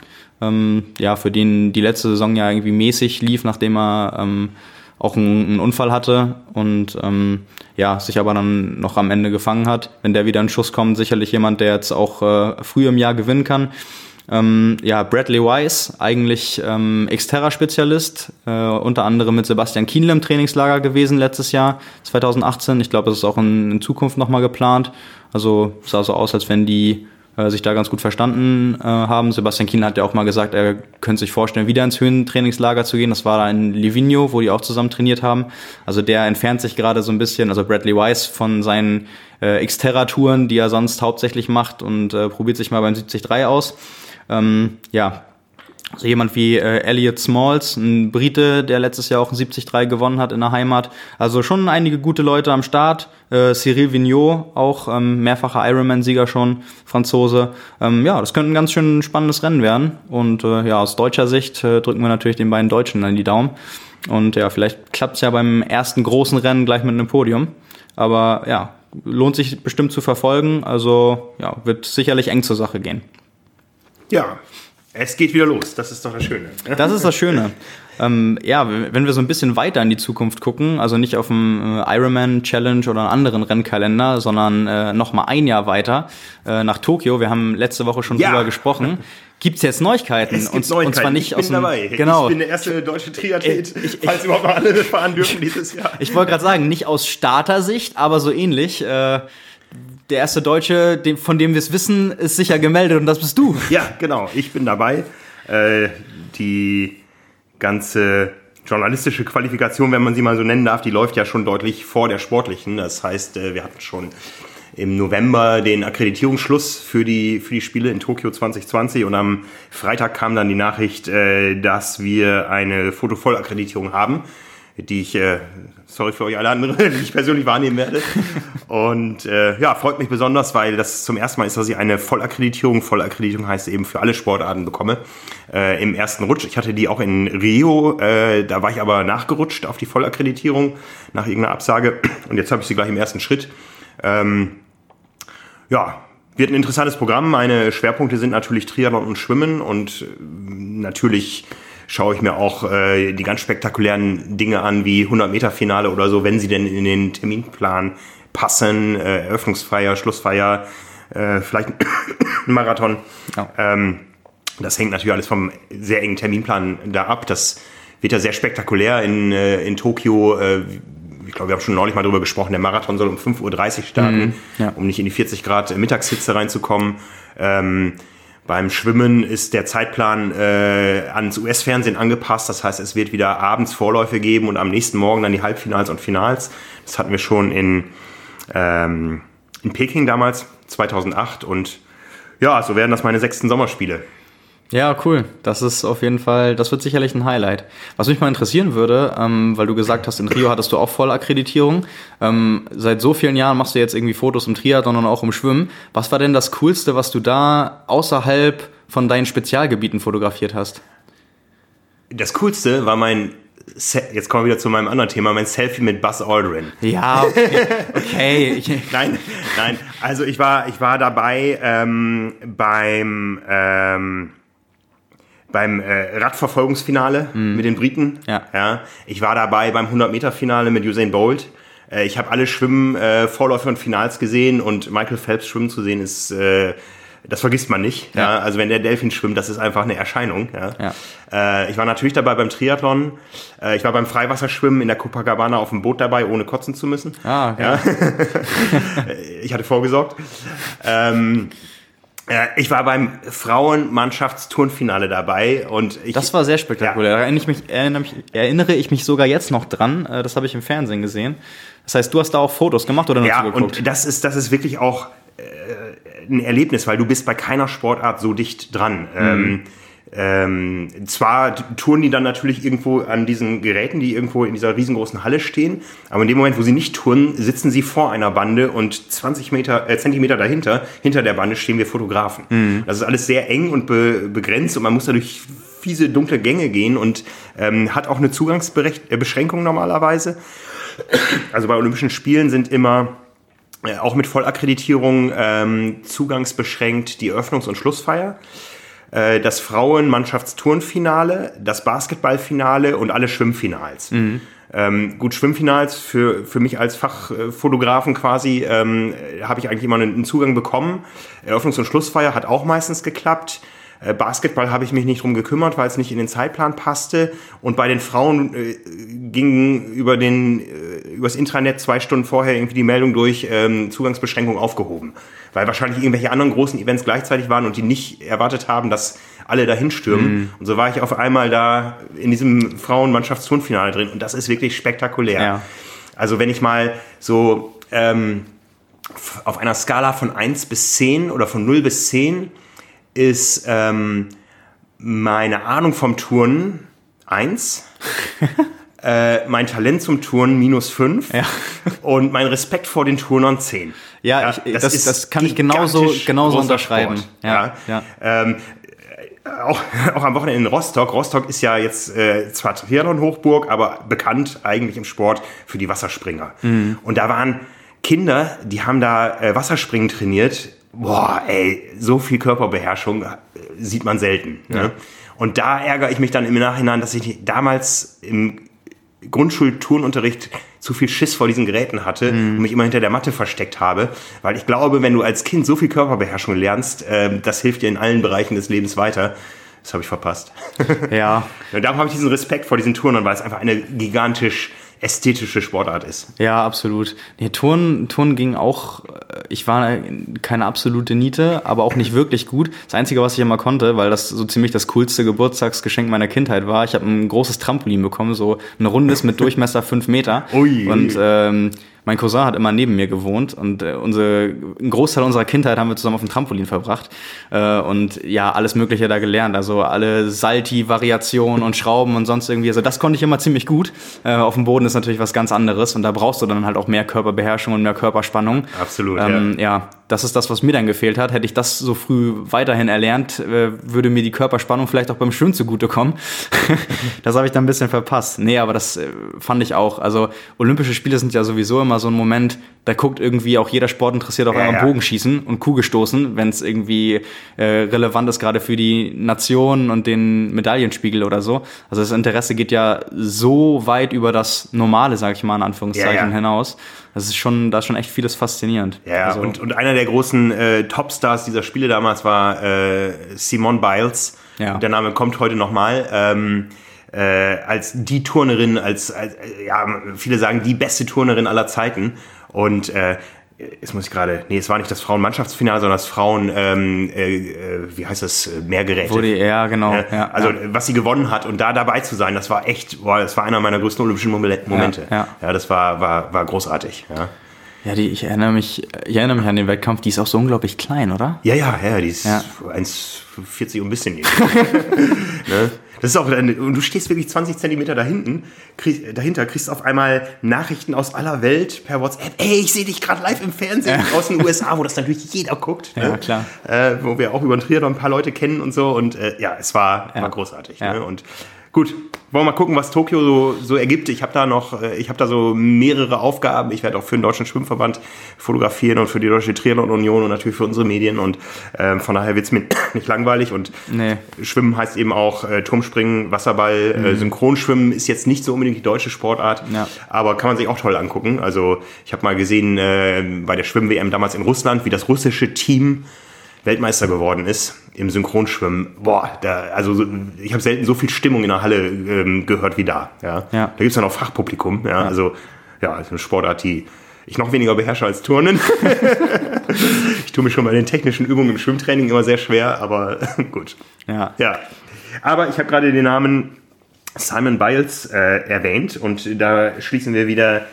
Für den die letzte Saison ja irgendwie mäßig lief, nachdem er auch einen Unfall hatte und sich aber dann noch am Ende gefangen hat. Wenn der wieder in Schuss kommt, sicherlich jemand, der jetzt auch früh im Jahr gewinnen kann. Bradley Weiss, eigentlich Xterra-Spezialist, unter anderem mit Sebastian Kienle im Trainingslager gewesen letztes Jahr, 2018. Ich glaube, es ist auch in Zukunft nochmal geplant. Also es sah so aus, als wenn die sich da ganz gut verstanden haben. Sebastian Kienle hat ja auch mal gesagt, er könnte sich vorstellen, wieder ins Höhentrainingslager zu gehen. Das war da in Livigno, wo die auch zusammen trainiert haben. Also der entfernt sich gerade so ein bisschen, also Bradley Weiss, von seinen Xterra-Touren, die er sonst hauptsächlich macht und probiert sich mal beim 73 aus. Also jemand wie Elliot Smalls, ein Brite, der letztes Jahr auch ein 73 gewonnen hat in der Heimat. Also schon einige gute Leute am Start. Cyril Vigneault, auch mehrfacher Ironman-Sieger schon, Franzose. Das könnte ein ganz schön spannendes Rennen werden. Und aus deutscher Sicht drücken wir natürlich den beiden Deutschen dann die Daumen. Und vielleicht klappt es ja beim ersten großen Rennen gleich mit einem Podium. Aber lohnt sich bestimmt zu verfolgen. Also wird sicherlich eng zur Sache gehen. Ja. Es geht wieder los, das ist doch das Schöne. Das ist das Schöne. Wenn wir so ein bisschen weiter in die Zukunft gucken, also nicht auf dem Ironman Challenge oder einen anderen Rennkalender, sondern noch mal ein Jahr weiter nach Tokio. Wir haben letzte Woche schon drüber gesprochen. Gibt's jetzt Neuigkeiten? Es gibt Neuigkeiten. Und zwar nicht ich bin dabei. Genau. Ich bin der erste deutsche Triathlet, falls überhaupt mal alle fahren dürfen dieses Jahr. Ich wollte gerade sagen, nicht aus Startersicht, aber so ähnlich. Der erste Deutsche, von dem wir es wissen, ist sicher gemeldet und das bist du. Ja, genau. Ich bin dabei. Die ganze journalistische Qualifikation, wenn man sie mal so nennen darf, die läuft ja schon deutlich vor der sportlichen. Das heißt, wir hatten schon im November den Akkreditierungsschluss für die Spiele in Tokio 2020 und am Freitag kam dann die Nachricht, dass wir eine Fotovollakkreditierung haben. die ich, sorry für euch alle anderen, die ich persönlich wahrnehmen werde. Und freut mich besonders, weil das zum ersten Mal ist, dass ich eine Vollakkreditierung heißt eben für alle Sportarten bekomme, im ersten Rutsch. Ich hatte die auch in Rio, da war ich aber nachgerutscht auf die Vollakkreditierung nach irgendeiner Absage und jetzt habe ich sie gleich im ersten Schritt. Wird ein interessantes Programm. Meine Schwerpunkte sind natürlich Triathlon und Schwimmen und natürlich schaue ich mir auch die ganz spektakulären Dinge an, wie 100-Meter-Finale oder so, wenn sie denn in den Terminplan passen, Eröffnungsfeier, Schlussfeier, vielleicht ein Marathon. Ja. Das hängt natürlich alles vom sehr engen Terminplan da ab. Das wird ja sehr spektakulär in Tokio. Ich glaube, wir haben schon neulich mal darüber gesprochen, der Marathon soll um 5.30 Uhr starten, um nicht in die 40 Grad Mittagshitze reinzukommen. Beim Schwimmen ist der Zeitplan ans US-Fernsehen angepasst. Das heißt, es wird wieder abends Vorläufe geben und am nächsten Morgen dann die Halbfinals und Finals. Das hatten wir schon in Peking damals, 2008. Und ja, so werden das meine 6. Sommerspiele. Ja, cool. Das ist auf jeden Fall, das wird sicherlich ein Highlight. Was mich mal interessieren würde, weil du gesagt hast, in Rio hattest du auch Vollakkreditierung. Seit so vielen Jahren machst du jetzt irgendwie Fotos im Triathlon und auch im Schwimmen. Was war denn das Coolste, was du da außerhalb von deinen Spezialgebieten fotografiert hast? Das Coolste war jetzt kommen wir wieder zu meinem anderen Thema, mein Selfie mit Buzz Aldrin. Ja, okay. Nein, also ich war dabei beim Radverfolgungsfinale mit den Briten. Ja. Ich war dabei beim 100-Meter-Finale mit Usain Bolt. Ich habe alle Vorläufe und Finals gesehen und Michael Phelps schwimmen zu sehen ist, das vergisst man nicht. Ja. Also wenn der Delfin schwimmt, das ist einfach eine Erscheinung. Ja. Ich war natürlich dabei beim Triathlon. Ich war beim Freiwasserschwimmen in der Copacabana auf dem Boot dabei, ohne kotzen zu müssen. Okay. Ja. Ich hatte vorgesorgt. Ich war beim Frauenmannschaftsturnfinale dabei und das war sehr spektakulär. Da erinnere ich mich sogar jetzt noch dran. Das habe ich im Fernsehen gesehen. Das heißt, du hast da auch Fotos gemacht oder nur zugeguckt? Und das ist wirklich auch ein Erlebnis, weil du bist bei keiner Sportart so dicht dran. Zwar touren die dann natürlich irgendwo an diesen Geräten, die irgendwo in dieser riesengroßen Halle stehen, aber in dem Moment, wo sie nicht touren, sitzen sie vor einer Bande und 20 Zentimeter dahinter, hinter der Bande stehen wir Fotografen. Das ist alles sehr eng und begrenzt und man muss da durch fiese, dunkle Gänge gehen und hat auch eine Zugangsbeschränkung normalerweise. Also bei Olympischen Spielen sind immer auch mit Vollakkreditierung zugangsbeschränkt die Eröffnungs- und Schlussfeier. Das Frauenmannschaftsturnfinale, das Basketballfinale und alle Schwimmfinals. Gut, Schwimmfinals für mich als Fachfotografen quasi habe ich eigentlich immer einen Zugang bekommen. Eröffnungs- und Schlussfeier hat auch meistens geklappt. Basketball habe ich mich nicht drum gekümmert, weil es nicht in den Zeitplan passte. Und bei den Frauen ging übers Intranet 2 Stunden vorher irgendwie die Meldung durch, Zugangsbeschränkung aufgehoben. Weil wahrscheinlich irgendwelche anderen großen Events gleichzeitig waren und die nicht erwartet haben, dass alle dahin stürmen. Und so war ich auf einmal da in diesem Frauenmannschaftsturnfinale drin. Und das ist wirklich spektakulär. Ja. Also wenn ich mal so auf einer Skala von 1 bis 10 oder von 0 bis 10 ist meine Ahnung vom Turnen 1, mein Talent zum Turnen -5 und mein Respekt vor den Turnern 10. Ja, das kann ich genauso unterschreiben. Ja. Auch am Wochenende in Rostock. Rostock ist ja jetzt zwar Triathlon-Hochburg, aber bekannt eigentlich im Sport für die Wasserspringer. Und da waren Kinder, die haben da Wasserspringen trainiert. Boah, ey, so viel Körperbeherrschung sieht man selten. Ja. Ne? Und da ärgere ich mich dann im Nachhinein, dass ich damals im Grundschulturnunterricht zu viel Schiss vor diesen Geräten hatte und mich immer hinter der Matte versteckt habe. Weil ich glaube, wenn du als Kind so viel Körperbeherrschung lernst, das hilft dir in allen Bereichen des Lebens weiter. Das habe ich verpasst. Ja. Und darum habe ich diesen Respekt vor diesen Turnern, weil es einfach eine gigantisch ästhetische Sportart ist. Ja, absolut. Nee, Turnen ging auch, ich war keine absolute Niete, aber auch nicht wirklich gut. Das Einzige, was ich immer konnte, weil das so ziemlich das coolste Geburtstagsgeschenk meiner Kindheit war, ich habe ein großes Trampolin bekommen, so ein rundes mit Durchmesser 5 Meter. Ui. Und mein Cousin hat immer neben mir gewohnt und einen Großteil unserer Kindheit haben wir zusammen auf dem Trampolin verbracht und ja, alles Mögliche da gelernt, also alle Salti-Variationen und Schrauben und sonst irgendwie, also das konnte ich immer ziemlich gut. Auf dem Boden ist natürlich was ganz anderes und da brauchst du dann halt auch mehr Körperbeherrschung und mehr Körperspannung. Absolut, ja, das ist das, was mir dann gefehlt hat. Hätte ich das so früh weiterhin erlernt, würde mir die Körperspannung vielleicht auch beim Schwimmen zugutekommen. Das habe ich dann ein bisschen verpasst. Nee, aber das fand ich auch. Also Olympische Spiele sind ja sowieso immer so ein Moment, da guckt irgendwie auch jeder Sportinteressiert auf einmal Bogenschießen und Kugelstoßen, wenn es irgendwie relevant ist, gerade für die Nation und den Medaillenspiegel oder so. Also das Interesse geht ja so weit über das Normale, sag ich mal, in Anführungszeichen hinaus. Da ist schon echt vieles faszinierend. Ja, also, und einer der großen Topstars dieser Spiele damals war Simone Biles. Ja. Der Name kommt heute nochmal. Als die Turnerin, viele sagen, die beste Turnerin aller Zeiten. Und jetzt muss ich gerade, es war nicht das Frauenmannschaftsfinale, sondern das Frauen, Mehrgeräte. Ja, genau. Was sie gewonnen hat und da dabei zu sein, das war echt, das war einer meiner größten olympischen Momente. Ja, das war großartig. Ja. Ja, ich erinnere mich an den Wettkampf, die ist auch so unglaublich klein, oder? Ja, die ist 1,40 und ein bisschen. Ne? Das ist auch, und du stehst wirklich 20 Zentimeter dahinter, kriegst auf einmal Nachrichten aus aller Welt per WhatsApp. Ey, ich sehe dich gerade live im Fernsehen aus den USA, wo das natürlich jeder guckt. Ja, ne? Klar. Wo wir auch über den Triathlon ein paar Leute kennen und so. Und es war großartig. Ja. Ne? Und gut, wollen wir mal gucken, was Tokio so ergibt. Ich habe da so mehrere Aufgaben. Ich werde auch für den Deutschen Schwimmverband fotografieren und für die Deutsche Triathlon Union und natürlich für unsere Medien. Und von daher wird es mir nicht langweilig. Und Schwimmen heißt eben auch Turmspringen, Wasserball, Synchronschwimmen ist jetzt nicht so unbedingt die deutsche Sportart, aber kann man sich auch toll angucken. Also ich habe mal gesehen bei der Schwimm-WM damals in Russland, wie das russische Team Weltmeister geworden ist im Synchronschwimmen. Ich habe selten so viel Stimmung in der Halle gehört wie da. Ja. Da gibt es dann auch Fachpublikum. Ja. Also ist eine Sportart, die ich noch weniger beherrsche als Turnen. Ich tue mich schon bei den technischen Übungen im Schwimmtraining immer sehr schwer, aber gut. Ja. Aber ich habe gerade den Namen Simone Biles erwähnt und da schließen wir wieder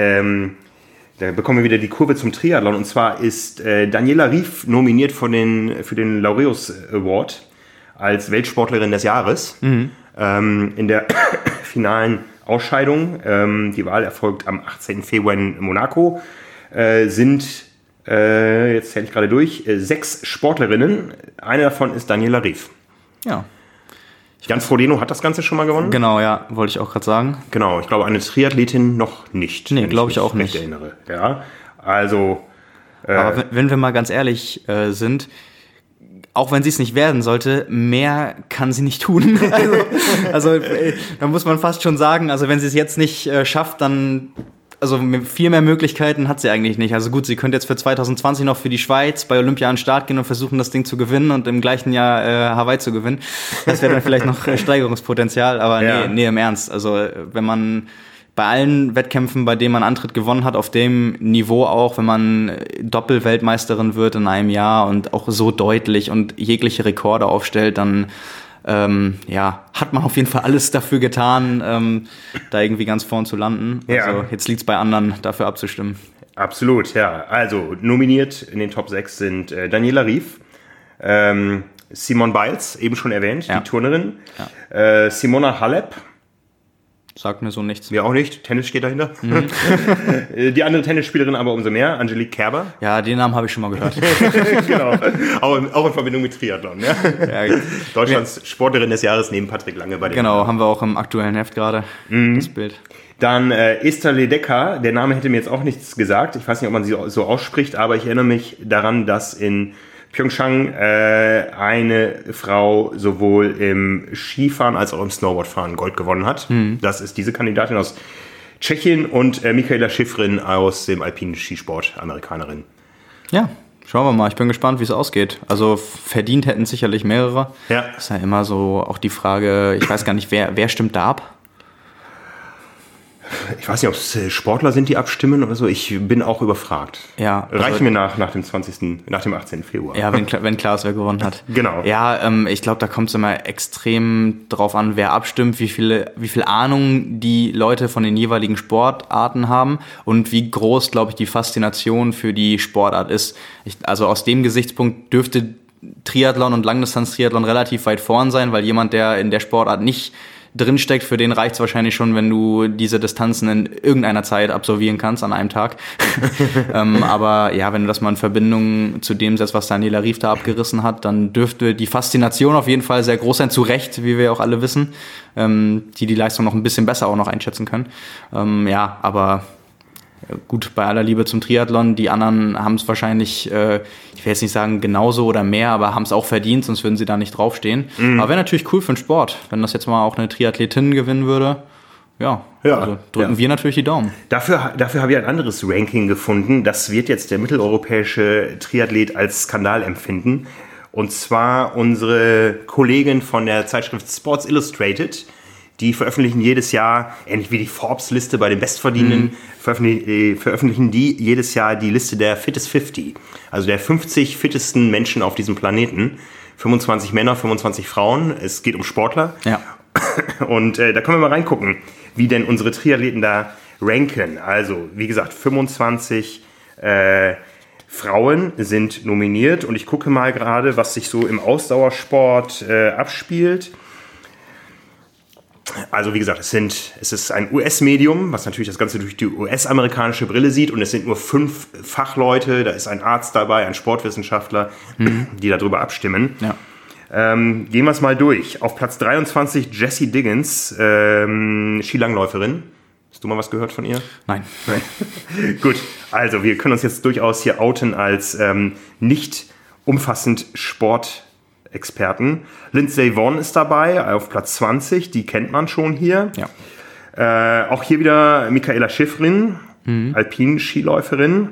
da bekommen wir wieder die Kurve zum Triathlon. Und zwar ist Daniela Ryf nominiert für den Laureus Award als Weltsportlerin des Jahres. In der finalen Ausscheidung, die Wahl erfolgt am 18. Februar in Monaco, sind, jetzt zähle ich gerade durch, 6 Sportlerinnen. Eine davon ist Daniela Ryf. Ja. Jan Frodeno hat das Ganze schon mal gewonnen. Genau, ja, wollte ich auch gerade sagen. Genau, ich glaube, eine Triathletin noch nicht. Nee, glaube ich auch nicht. Erinnere. Ja, also. Aber wenn wir mal ganz ehrlich sind, auch wenn sie es nicht werden sollte, mehr kann sie nicht tun. Also da muss man fast schon sagen, also wenn sie es jetzt nicht schafft, dann. Also viel mehr Möglichkeiten hat sie eigentlich nicht. Also gut, sie könnte jetzt für 2020 noch für die Schweiz bei Olympia an den Start gehen und versuchen, das Ding zu gewinnen und im gleichen Jahr Hawaii zu gewinnen. Das wäre dann vielleicht noch Steigerungspotenzial, aber nee, im Ernst. Also wenn man bei allen Wettkämpfen, bei denen man antritt, gewonnen hat, auf dem Niveau auch, wenn man Doppelweltmeisterin wird in einem Jahr und auch so deutlich und jegliche Rekorde aufstellt, dann hat man auf jeden Fall alles dafür getan, da irgendwie ganz vorn zu landen. Ja. Also jetzt liegt es bei anderen, dafür abzustimmen. Absolut, ja. Also nominiert in den Top 6 sind Daniela Ryf, Simone Biles, eben schon erwähnt, die Turnerin, Simona Halep. Sagt mir so nichts. Mir auch nicht. Tennis steht dahinter. Die andere Tennisspielerin aber umso mehr, Angelique Kerber. Ja, den Namen habe ich schon mal gehört. Genau. Auch in Verbindung mit Triathlon. Ja? Deutschlands Sportlerin des Jahres neben Patrick Lange bei dem. Genau, haben wir auch im aktuellen Heft gerade das Bild. Dann Esther Ledecker. Der Name hätte mir jetzt auch nichts gesagt. Ich weiß nicht, ob man sie so ausspricht, aber ich erinnere mich daran, dass in Pyeongchang eine Frau sowohl im Skifahren als auch im Snowboardfahren Gold gewonnen hat. Das ist diese Kandidatin aus Tschechien und Michaela Schifrin aus dem alpinen Skisport, Amerikanerin. Ja, schauen wir mal. Ich bin gespannt, wie es ausgeht. Also verdient hätten sicherlich mehrere. Ja. Das ist ja immer so auch die Frage, ich weiß gar nicht, wer stimmt da ab? Ich weiß nicht, ob es Sportler sind, die abstimmen oder so. Ich bin auch überfragt. Ja. Reicht mir nach dem 18. Februar. Ja, wenn klar ist, wer gewonnen hat. Genau. Ja, ich glaube, da kommt es immer extrem drauf an, wer abstimmt, wie viel Ahnung die Leute von den jeweiligen Sportarten haben und wie groß, glaube ich, die Faszination für die Sportart ist. Also aus dem Gesichtspunkt dürfte Triathlon und Langdistanz-Triathlon relativ weit vorn sein, weil jemand, der in der Sportart nicht drinsteckt, für den reicht es wahrscheinlich schon, wenn du diese Distanzen in irgendeiner Zeit absolvieren kannst an einem Tag. Aber ja, wenn du das mal in Verbindung zu dem setzt, was Daniela Ryf da abgerissen hat, dann dürfte die Faszination auf jeden Fall sehr groß sein, zu Recht, wie wir auch alle wissen, die Leistung noch ein bisschen besser auch noch einschätzen können. Ja, aber gut, bei aller Liebe zum Triathlon, die anderen haben es wahrscheinlich, ich will jetzt nicht sagen genauso oder mehr, aber haben es auch verdient, sonst würden sie da nicht draufstehen. Aber wäre natürlich cool für den Sport, wenn das jetzt mal auch eine Triathletin gewinnen würde. Ja. Also drücken wir natürlich die Daumen. Dafür habe ich ein anderes Ranking gefunden. Das wird jetzt der mitteleuropäische Triathlet als Skandal empfinden. Und zwar unsere Kollegin von der Zeitschrift Sports Illustrated. Die veröffentlichen jedes Jahr, ähnlich wie die Forbes-Liste bei den Bestverdienenden, veröffentlichen die jedes Jahr die Liste der Fittest 50. Also der 50 fittesten Menschen auf diesem Planeten. 25 Männer, 25 Frauen. Es geht um Sportler. Ja. Und da können wir mal reingucken, wie denn unsere Triathleten da ranken. Also, wie gesagt, 25 Frauen sind nominiert. Und ich gucke mal gerade, was sich so im Ausdauersport abspielt. Also wie gesagt, es ist ein US-Medium, was natürlich das Ganze durch die US-amerikanische Brille sieht, und es sind nur 5 Fachleute, da ist ein Arzt dabei, ein Sportwissenschaftler, die darüber abstimmen. Ja. Gehen wir es mal durch. Auf Platz 23 Jessie Diggins, Skilangläuferin. Hast du mal was gehört von ihr? Nein. Gut, also wir können uns jetzt durchaus hier outen als nicht umfassend Sportexperten. Lindsey Vonn ist dabei, auf Platz 20, die kennt man schon hier. Ja. Auch hier wieder Michaela Schifrin, Alpin-Skiläuferin.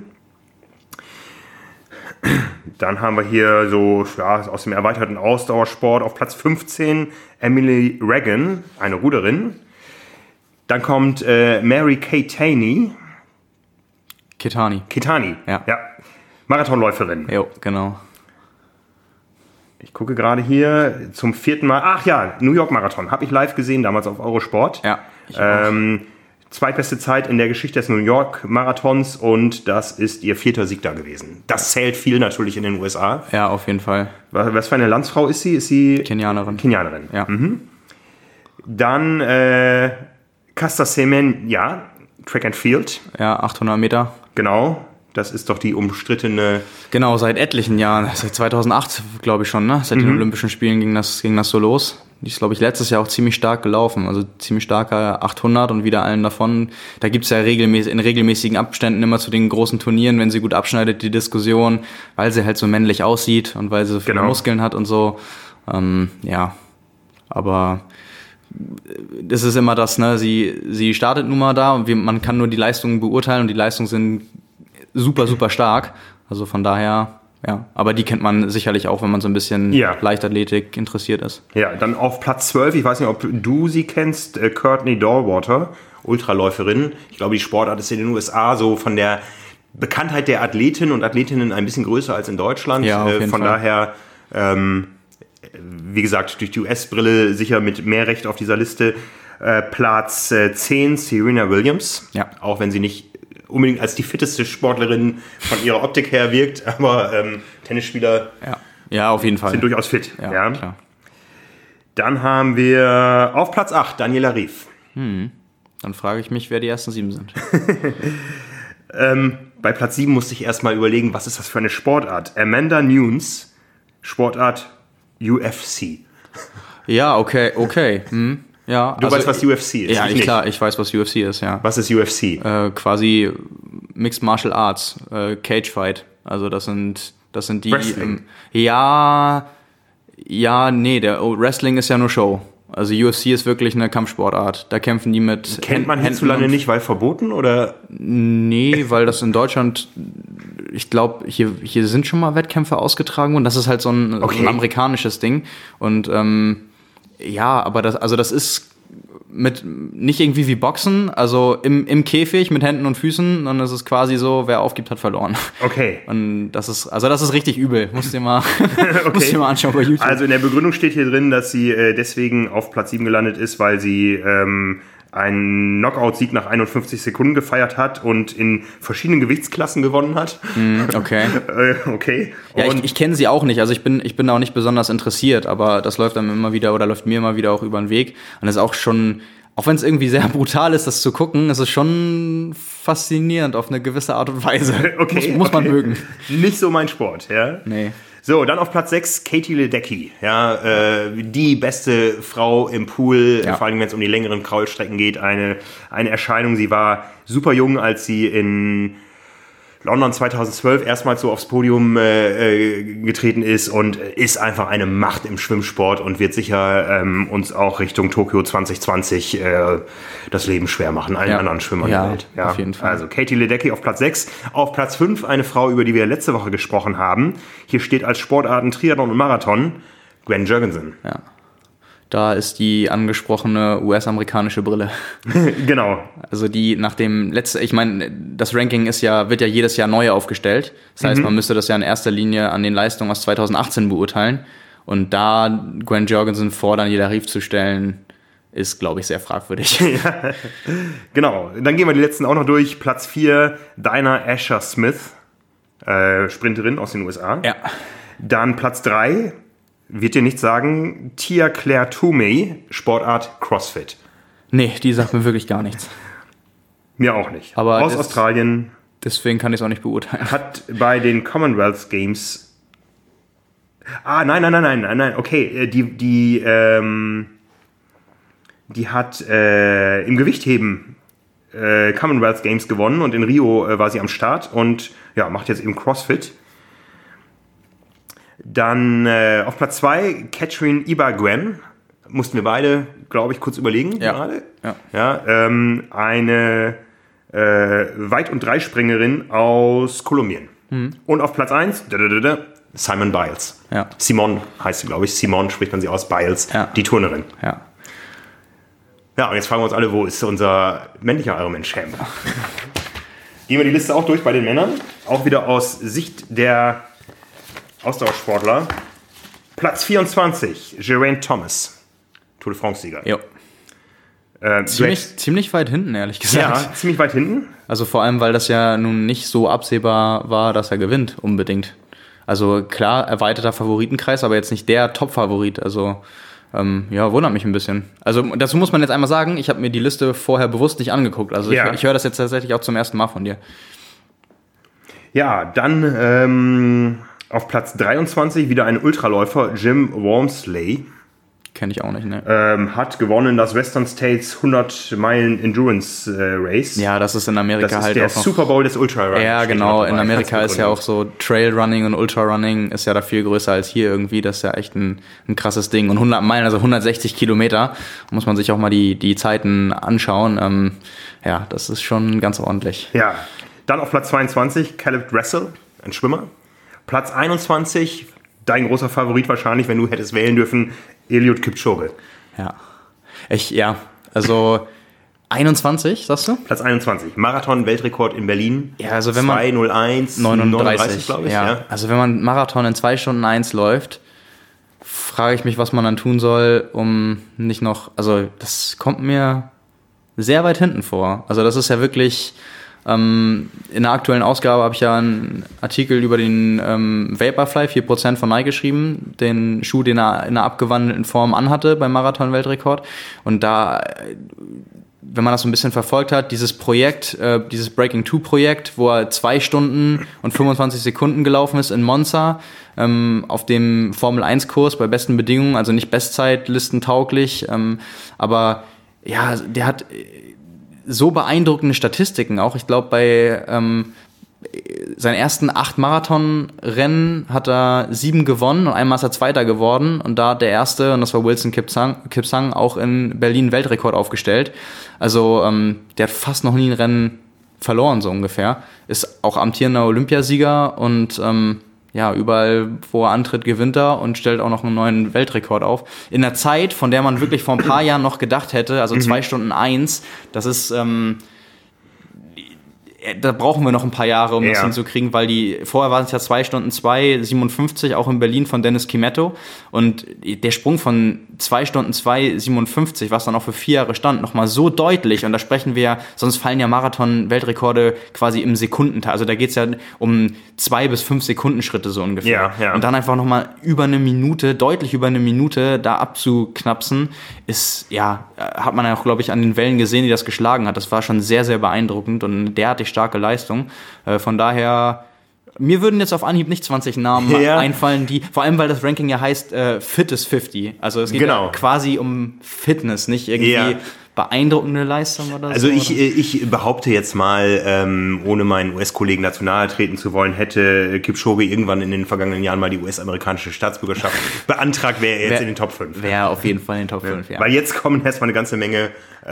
Dann haben wir hier so aus dem erweiterten Ausdauersport auf Platz 15 Emily Regan, eine Ruderin. Dann kommt Mary Keitany. Keitany, ja. Marathonläuferin. Jo, genau. Ich gucke gerade hier zum 4. Mal. Ach ja, New York Marathon. Habe ich live gesehen, damals auf Eurosport. Ja. Zweitbeste Zeit in der Geschichte des New York Marathons, und das ist ihr 4. Sieg da gewesen. Das zählt viel natürlich in den USA. Ja, auf jeden Fall. Was für eine Landsfrau ist sie? Ist sie Kenianerin. Ja. Dann Caster Semenya, Track and Field. Ja, 800 Meter. Genau. Das ist doch die umstrittene... Genau, seit etlichen Jahren, seit 2008 glaube ich schon, ne? Seit den Olympischen Spielen ging das so los. Die ist, glaube ich, letztes Jahr auch ziemlich stark gelaufen, also ziemlich starker 800 und wieder allen davon. Da gibt es ja in regelmäßigen Abständen immer zu den großen Turnieren, wenn sie gut abschneidet, die Diskussion, weil sie halt so männlich aussieht und weil sie so viele Muskeln hat und so. Ja, aber... Das ist immer das, ne? Sie startet nun mal da und man kann nur die Leistungen beurteilen, und die Leistungen sind super, super stark. Also von daher, ja. Aber die kennt man sicherlich auch, wenn man so ein bisschen Leichtathletik interessiert ist. Ja, dann auf Platz 12, ich weiß nicht, ob du sie kennst, Courtney Doorwater, Ultraläuferin. Ich glaube, die Sportart ist in den USA so von der Bekanntheit der Athletinnen und Athletinnen ein bisschen größer als in Deutschland. Ja, auf jeden Fall. Daher, wie gesagt, durch die US-Brille sicher mit mehr Recht auf dieser Liste. Platz 10, Serena Williams. Ja. Auch wenn sie nicht unbedingt als die fitteste Sportlerin von ihrer Optik her wirkt, aber Tennisspieler auf jeden Fall sind durchaus fit. Ja, klar. Dann haben wir auf Platz 8 Daniela Ryf. Dann frage ich mich, wer die ersten 7 sind. Bei Platz 7 musste ich erstmal überlegen, was ist das für eine Sportart? Amanda Nunes, Sportart UFC. Ja, okay. Ja, du weißt, was UFC ist? Ja, klar, ich weiß, was UFC ist, ja. Was ist UFC? Quasi Mixed Martial Arts, Cage Fight. Also das sind die... Wrestling? Wrestling ist ja nur Show. Also UFC ist wirklich eine Kampfsportart. Da kämpfen die mit... Kennt man hierzulande nicht, weil verboten, oder? Nee, weil das in Deutschland... Ich glaube, hier sind schon mal Wettkämpfe ausgetragen worden. Das ist halt so ein amerikanisches Ding. Und aber das ist nicht irgendwie wie Boxen, also im Käfig mit Händen und Füßen, sondern es ist quasi so, wer aufgibt, hat verloren. Okay. Und das ist richtig übel. Musst dir mal anschauen bei YouTube. Also in der Begründung steht hier drin, dass sie deswegen auf Platz 7 gelandet ist, weil sie einen Knockout-Sieg nach 51 Sekunden gefeiert hat und in verschiedenen Gewichtsklassen gewonnen hat. Okay. Okay. Ja, ich kenne sie auch nicht. Also ich bin auch nicht besonders interessiert, aber das läuft mir immer wieder auch über den Weg. Und das ist auch schon, auch wenn es irgendwie sehr brutal ist, das zu gucken, ist es schon faszinierend auf eine gewisse Art und Weise. Okay, muss man mögen. Nicht so mein Sport, ja? Nee. So, dann auf Platz 6 Katie Ledecky, ja, die beste Frau im Pool, vor allem wenn es um die längeren Kraulstrecken geht, eine Erscheinung. Sie war super jung, als sie in London 2012 erstmals so aufs Podium getreten ist und ist einfach eine Macht im Schwimmsport und wird sicher uns auch Richtung Tokio 2020 das Leben schwer machen, allen anderen Schwimmern der Welt. Ja, auf jeden Fall. Also Katie Ledecky auf Platz 6. Auf Platz 5 eine Frau, über die wir letzte Woche gesprochen haben. Hier steht als Sportarten Triathlon und Marathon Gwen Jurgensen. Ja. Da ist die angesprochene US-amerikanische Brille. Genau. Also die nach dem ich meine, das Ranking wird ja jedes Jahr neu aufgestellt. Das heißt, man müsste das ja in erster Linie an den Leistungen aus 2018 beurteilen. Und da Gwen Jurgensen vor Daniela Ryf zu stellen, ist, glaube ich, sehr fragwürdig. Ja. Genau. Dann gehen wir die letzten auch noch durch. Platz 4, Dinah Asher-Smith, Sprinterin aus den USA. Ja. Dann Platz 3, wird dir nichts sagen, Tia-Claire Toomey, Sportart CrossFit. Nee, die sagt mir wirklich gar nichts. Mir auch nicht. Aber aus Australien. Deswegen kann ich es auch nicht beurteilen. Hat bei den Commonwealth Games... Nein. Okay, die hat im Gewichtheben Commonwealth Games gewonnen und in Rio war sie am Start und ja, macht jetzt eben CrossFit. Dann auf Platz 2 Catherine Ibargüen. Mussten wir beide, glaube ich, kurz überlegen gerade. Ja, eine Weit- und Dreispringerin aus Kolumbien. Und auf Platz 1 Simone Biles. Ja. Simone heißt sie, glaube ich. Simone spricht man sie aus, Biles, die Turnerin. Ja. Ja, und jetzt fragen wir uns alle, wo ist unser männlicher Ironman-Champ? Gehen wir die Liste auch durch bei den Männern. Auch wieder aus Sicht der Ausdauersportler. Platz 24, Geraint Thomas, Tour de France-Sieger. Jo. Ziemlich weit hinten, ehrlich gesagt. Ja, ziemlich weit hinten. Also vor allem, weil das ja nun nicht so absehbar war, dass er gewinnt, unbedingt. Also klar, erweiterter Favoritenkreis, aber jetzt nicht der Top-Favorit. Also wundert mich ein bisschen. Also dazu muss man jetzt einmal sagen, ich habe mir die Liste vorher bewusst nicht angeguckt. Also ich höre das jetzt tatsächlich auch zum ersten Mal von dir. Ja, dann auf Platz 23 wieder ein Ultraläufer, Jim Walmsley. Kenne ich auch nicht, ne? Hat gewonnen das Western States 100 Meilen Endurance Race. Ja, das ist in Amerika das ist halt der auch noch Super Bowl des Ultrarunnings. Ja, genau. In Amerika ist ja auch so Trailrunning und Ultrarunning ist ja da viel größer als hier irgendwie. Das ist ja echt ein krasses Ding. Und 100 Meilen, also 160 Kilometer, muss man sich auch mal die Zeiten anschauen. Ja, das ist schon ganz ordentlich. Ja, dann auf Platz 22 Caleb Dressel, ein Schwimmer. Platz 21, dein großer Favorit wahrscheinlich, wenn du hättest wählen dürfen, Eliud Kipchoge. Ja. Also 21, sagst du? Platz 21. Marathon-Weltrekord in Berlin. Ja, also wenn man 2:01:39, glaube ich. Ja. Also wenn man Marathon in 2 Stunden 1 läuft, frage ich mich, was man dann tun soll, um nicht noch, also das kommt mir sehr weit hinten vor. Also das ist ja wirklich, in der aktuellen Ausgabe habe ich ja einen Artikel über den Vaporfly 4% von Nike geschrieben, den Schuh, den er in einer abgewandelten Form anhatte beim Marathon-Weltrekord. Und da, wenn man das so ein bisschen verfolgt hat, dieses Projekt, dieses Breaking 2-Projekt, wo er 2 Stunden und 25 Sekunden gelaufen ist in Monza, auf dem Formel-1-Kurs bei besten Bedingungen, also nicht Bestzeitlisten-tauglich, aber ja, der hat so beeindruckende Statistiken auch. Ich glaube, bei seinen ersten 8 Marathonrennen hat er 7 gewonnen und einmal ist er Zweiter geworden und da der Erste, und das war Wilson Kipsang, auch in Berlin Weltrekord aufgestellt. Also der hat fast noch nie ein Rennen verloren, so ungefähr. Ist auch amtierender Olympiasieger und überall, wo er antritt, gewinnt er und stellt auch noch einen neuen Weltrekord auf. In der Zeit, von der man wirklich vor ein paar Jahren noch gedacht hätte, also 2 Stunden 1, das ist, da brauchen wir noch ein paar Jahre, um das hinzukriegen, weil vorher waren es ja 2 Stunden 2,57, auch in Berlin von Dennis Kimetto. Und der Sprung von 2 Stunden 2,57, was dann auch für 4 Jahre stand, nochmal so deutlich. Und da sprechen wir ja, sonst fallen ja Marathon-Weltrekorde quasi im Sekundenteil. Also da geht's ja um 2 bis 5 Sekundenschritte so ungefähr. Ja. Und dann einfach nochmal deutlich über eine Minute da abzuknapsen, hat man ja auch, glaube ich, an den Wellen gesehen, die das geschlagen hat. Das war schon sehr, sehr beeindruckend und eine derartig starke Leistung. Von daher, mir würden jetzt auf Anhieb nicht 20 Namen einfallen, vor allem weil das Ranking ja heißt Fittest 50. Also es geht ja quasi um Fitness, nicht irgendwie beeindruckende Leistung oder also so. Also ich behaupte jetzt mal, ohne meinen US-Kollegen dazu nahe treten zu wollen, hätte Kipchoge irgendwann in den vergangenen Jahren mal die US-amerikanische Staatsbürgerschaft beantragt, wäre er jetzt in den Top 5. Wäre auf jeden Fall in den Top 5, ja. Weil jetzt kommen erstmal eine ganze Menge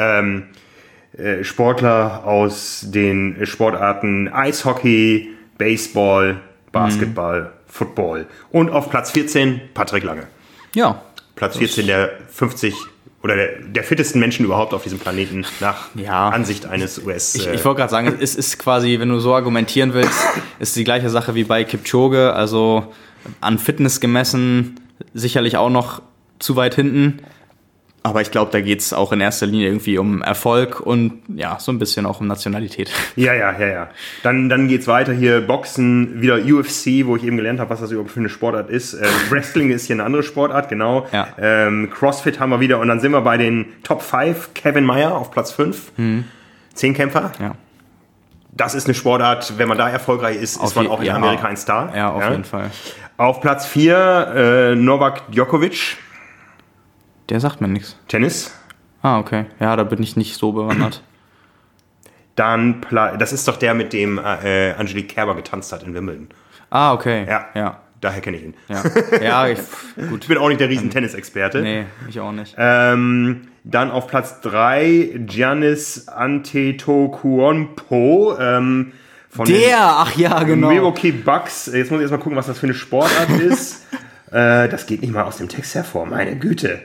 Sportler aus den Sportarten Eishockey, Baseball, Basketball, Football. Und auf Platz 14 Patrick Lange. Ja. Platz 14 der 50 oder der fittesten Menschen überhaupt auf diesem Planeten nach Ansicht eines US. Ich wollte gerade sagen, es ist quasi, wenn du so argumentieren willst, ist die gleiche Sache wie bei Kipchoge. Also an Fitness gemessen sicherlich auch noch zu weit hinten. Aber ich glaube, da geht es auch in erster Linie irgendwie um Erfolg und so ein bisschen auch um Nationalität. Ja. Dann geht's weiter hier, Boxen, wieder UFC, wo ich eben gelernt habe, was das überhaupt für eine Sportart ist. Wrestling ist hier eine andere Sportart, genau. Ja. Crossfit haben wir wieder und dann sind wir bei den Top 5. Kevin Mayer auf Platz 5. 10 Kämpfer. Ja. Das ist eine Sportart, wenn man da erfolgreich ist, ist man auch in Amerika ein Star. Ja, auf jeden Fall. Auf Platz 4 Novak Djokovic. Der sagt mir nichts. Tennis. Ah, okay. Ja, da bin ich nicht so bewandert. Dann, das ist doch der, mit dem Angelique Kerber getanzt hat in Wimbledon. Ah, okay. Ja. Daher kenne ich ihn. Ja, gut. Ich bin auch nicht der riesen Tennisexperte. Nee, ich auch nicht. Dann auf Platz 3 Giannis Antetokounmpo. Von genau. Milwaukee Bucks. Jetzt muss ich erstmal gucken, was das für eine Sportart ist. Das geht nicht mal aus dem Text hervor, meine Güte.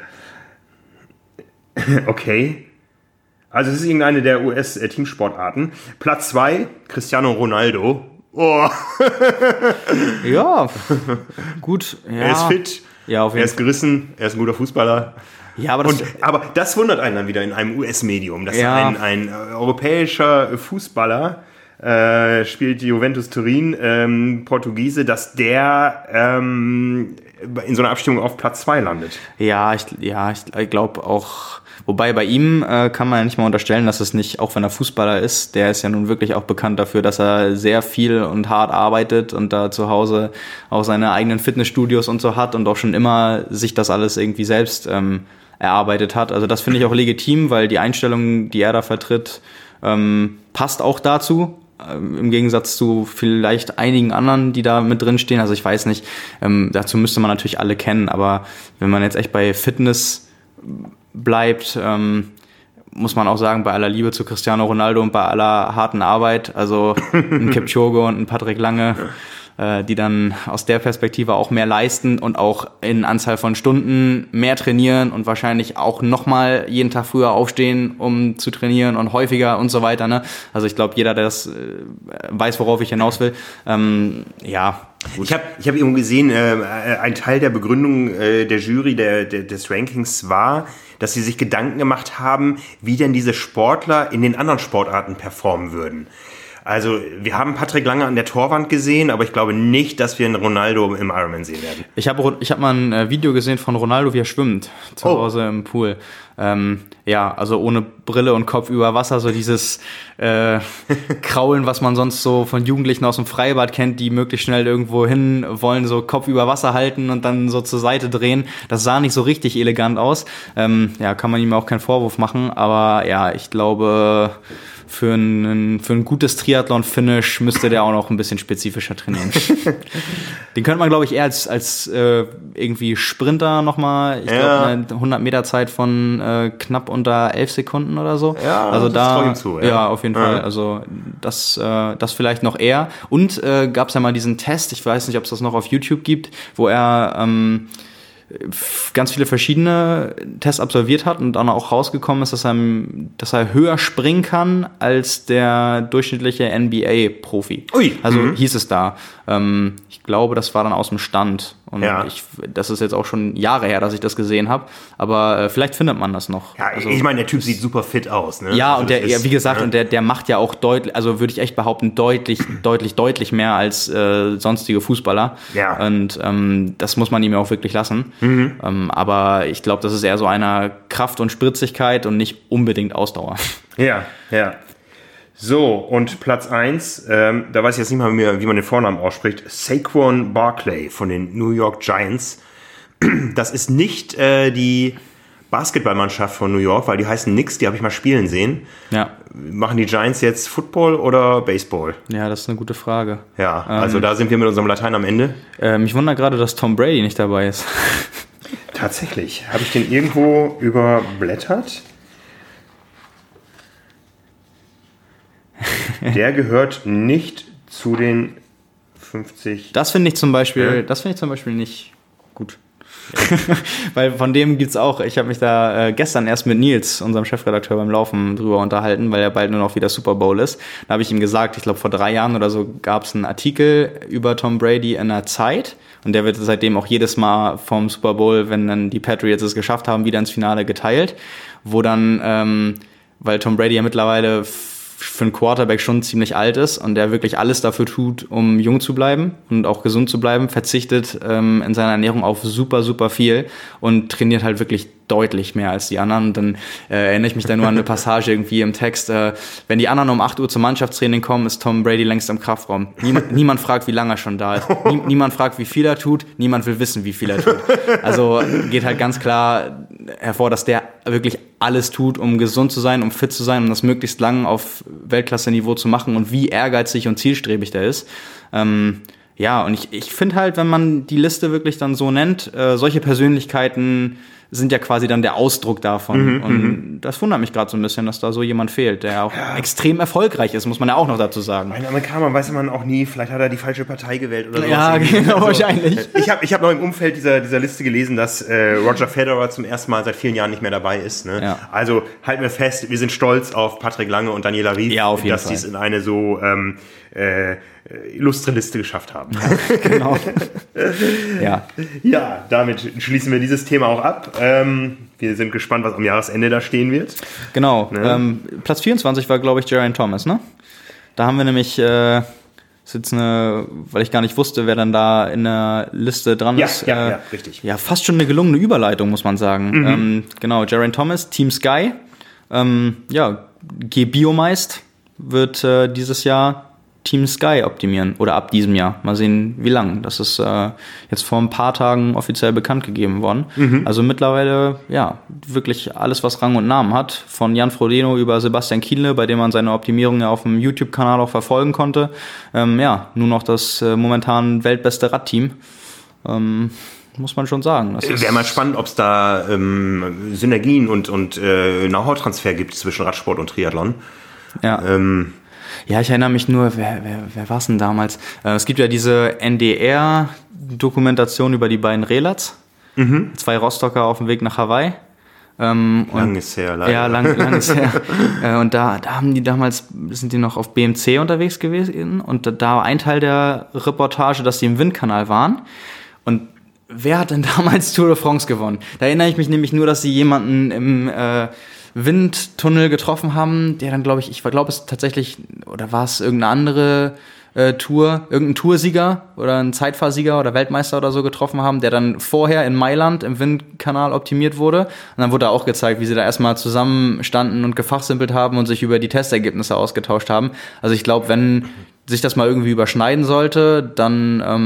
Okay. Also es ist irgendeine der US-Teamsportarten. Platz 2, Cristiano Ronaldo. Oh. Ja, gut. Ja. Er ist fit, er ist gerissen, er ist ein guter Fußballer. Ja, aber das wundert einen dann wieder in einem US-Medium, dass ein europäischer Fußballer spielt die Juventus Turin, Portugiese, dass der in so einer Abstimmung auf Platz 2 landet. Ja, ich glaube auch, wobei bei ihm kann man ja nicht mal unterstellen, dass es nicht, auch wenn er Fußballer ist, der ist ja nun wirklich auch bekannt dafür, dass er sehr viel und hart arbeitet und da zu Hause auch seine eigenen Fitnessstudios und so hat und auch schon immer sich das alles irgendwie selbst erarbeitet hat. Also das finde ich auch legitim, weil die Einstellung, die er da vertritt, passt auch dazu. Im Gegensatz zu vielleicht einigen anderen, die da mit drin stehen. Also ich weiß nicht, dazu müsste man natürlich alle kennen, aber wenn man jetzt echt bei Fitness bleibt, muss man auch sagen, bei aller Liebe zu Cristiano Ronaldo und bei aller harten Arbeit, also ein Kipchoge und ein Patrick Lange, die dann aus der Perspektive auch mehr leisten und auch in Anzahl von Stunden mehr trainieren und wahrscheinlich auch nochmal jeden Tag früher aufstehen, um zu trainieren und häufiger und so weiter. Ne? Also ich glaube, jeder, der das weiß, worauf ich hinaus will. Gut. Ich hab irgendwo gesehen, ein Teil der Begründung der Jury des Rankings war, dass sie sich Gedanken gemacht haben, wie denn diese Sportler in den anderen Sportarten performen würden. Also wir haben Patrick Lange an der Torwand gesehen, aber ich glaube nicht, dass wir einen Ronaldo im Ironman sehen werden. Ich hab mal ein Video gesehen von Ronaldo, wie er schwimmt, zu Hause im Pool. Also ohne Brille und Kopf über Wasser, so dieses Kraulen, was man sonst so von Jugendlichen aus dem Freibad kennt, die möglichst schnell irgendwo hin wollen, so Kopf über Wasser halten und dann so zur Seite drehen. Das sah nicht so richtig elegant aus. Kann man ihm auch keinen Vorwurf machen, aber ich glaube, für ein gutes Triathlon-Finish müsste der auch noch ein bisschen spezifischer trainieren. Den könnte man, glaube ich, eher als irgendwie Sprinter nochmal, ich glaube, eine 100-Meter-Zeit von knapp unter 11 Sekunden oder so. Ja, also das da, trau ihm zu, ja, auf jeden Fall. Also das vielleicht noch eher. Und gab es ja mal diesen Test, ich weiß nicht, ob es das noch auf YouTube gibt, wo er ganz viele verschiedene Tests absolviert hat und dann auch rausgekommen ist, dass er höher springen kann als der durchschnittliche NBA-Profi. Ui. Also hieß es da. Ich glaube, das war dann aus dem Stand. Und das ist jetzt auch schon Jahre her, dass ich das gesehen habe. Aber vielleicht findet man das noch. Ja, also, ich meine, der Typ sieht super fit aus. Ne? Ja, also und wie gesagt, und der macht ja auch deutlich, also würde ich echt behaupten, deutlich mehr als sonstige Fußballer. Ja. Und das muss man ihm ja auch wirklich lassen. Aber ich glaube, das ist eher so einer Kraft und Spritzigkeit und nicht unbedingt Ausdauer. Ja. So, und Platz 1, da weiß ich jetzt nicht mal mehr, wie man den Vornamen ausspricht, Saquon Barkley von den New York Giants. Das ist nicht die Basketballmannschaft von New York, weil die heißen Knicks, die habe ich mal spielen sehen. Ja. Machen die Giants jetzt Football oder Baseball? Ja, das ist eine gute Frage. Ja, also da sind wir mit unserem Latein am Ende. Mich wundert gerade, dass Tom Brady nicht dabei ist. Tatsächlich. Habe ich den irgendwo überblättert? Der gehört nicht zu den 50. Das finde ich zum Beispiel nicht gut. Weil von dem gibt's auch, ich habe mich da gestern erst mit Nils, unserem Chefredakteur, beim Laufen drüber unterhalten, weil ja bald nur noch wieder Super Bowl ist. Da habe ich ihm gesagt, ich glaube vor 3 Jahren oder so gab es einen Artikel über Tom Brady in der Zeit und der wird seitdem auch jedes Mal vom Super Bowl, wenn dann die Patriots es geschafft haben, wieder ins Finale geteilt, wo dann, weil Tom Brady ja mittlerweile für einen Quarterback schon ziemlich alt ist und der wirklich alles dafür tut, um jung zu bleiben und auch gesund zu bleiben, verzichtet in seiner Ernährung auf super, super viel und trainiert halt wirklich deutlich mehr als die anderen. Und dann erinnere ich mich da nur an eine Passage irgendwie im Text. Wenn die anderen um 8 Uhr zum Mannschaftstraining kommen, ist Tom Brady längst im Kraftraum. Niemand fragt, wie lange er schon da ist. Niemand fragt, wie viel er tut. Niemand will wissen, wie viel er tut. Also geht halt ganz klar hervor, dass der wirklich alles tut, um gesund zu sein, um fit zu sein, um das möglichst lang auf Weltklasse-Niveau zu machen und wie ehrgeizig und zielstrebig der ist. Ja, und ich finde halt, wenn man die Liste wirklich dann so nennt, solche Persönlichkeiten sind ja quasi dann der Ausdruck davon. Und das wundert mich gerade so ein bisschen, dass da so jemand fehlt, der auch extrem erfolgreich ist, muss man ja auch noch dazu sagen. Bei einem Amerikaner weiß man auch nie, vielleicht hat er die falsche Partei gewählt oder so. Ja, genau, also, wahrscheinlich. Ich hab noch im Umfeld dieser Liste gelesen, dass Roger Federer zum ersten Mal seit vielen Jahren nicht mehr dabei ist. Ne? Ja. Also halten wir fest, wir sind stolz auf Patrick Lange und Daniela Rief, dass die es in eine so illustre Liste geschafft haben. Ja, genau. Ja, damit schließen wir dieses Thema auch ab. Wir sind gespannt, was am Jahresende da stehen wird. Genau. Ne? Platz 24 war, glaube ich, Geraint Thomas, ne? Da haben wir nämlich ist jetzt weil ich gar nicht wusste, wer dann da in der Liste dran ist. Ja, richtig. Ja, fast schon eine gelungene Überleitung, muss man sagen. Genau, Geraint Thomas, Team Sky. G-Biomeist wird dieses Jahr Team Sky optimieren oder ab diesem Jahr. Mal sehen, wie lang. Das ist jetzt vor ein paar Tagen offiziell bekannt gegeben worden. Also mittlerweile, ja, wirklich alles, was Rang und Namen hat. Von Jan Frodeno über Sebastian Kienle, bei dem man seine Optimierung ja auf dem YouTube-Kanal auch verfolgen konnte. Nur noch das momentan weltbeste Radteam. Muss man schon sagen. Wäre mal spannend, ob es da Synergien und Know-how-Transfer gibt zwischen Radsport und Triathlon. Ja. Ja, ich erinnere mich nur, wer war es denn damals? Es gibt ja diese NDR-Dokumentation über die beiden Relats. 2 Rostocker auf dem Weg nach Hawaii. Lang ist her, leider. Ja, lang ist her. Und da haben die damals, sind die noch auf BMC unterwegs gewesen. Und da war ein Teil der Reportage, dass die im Windkanal waren. Und wer hat denn damals Tour de France gewonnen? Da erinnere ich mich nämlich nur, dass sie jemanden im Windtunnel getroffen haben, der dann, glaube ich glaube es tatsächlich, oder war es irgendeine andere irgendein Toursieger oder ein Zeitfahrsieger oder Weltmeister oder so getroffen haben, der dann vorher in Mailand im Windkanal optimiert wurde. Und dann wurde da auch gezeigt, wie sie da erstmal zusammenstanden und gefachsimpelt haben und sich über die Testergebnisse ausgetauscht haben. Also ich glaube, wenn sich das mal irgendwie überschneiden sollte, dann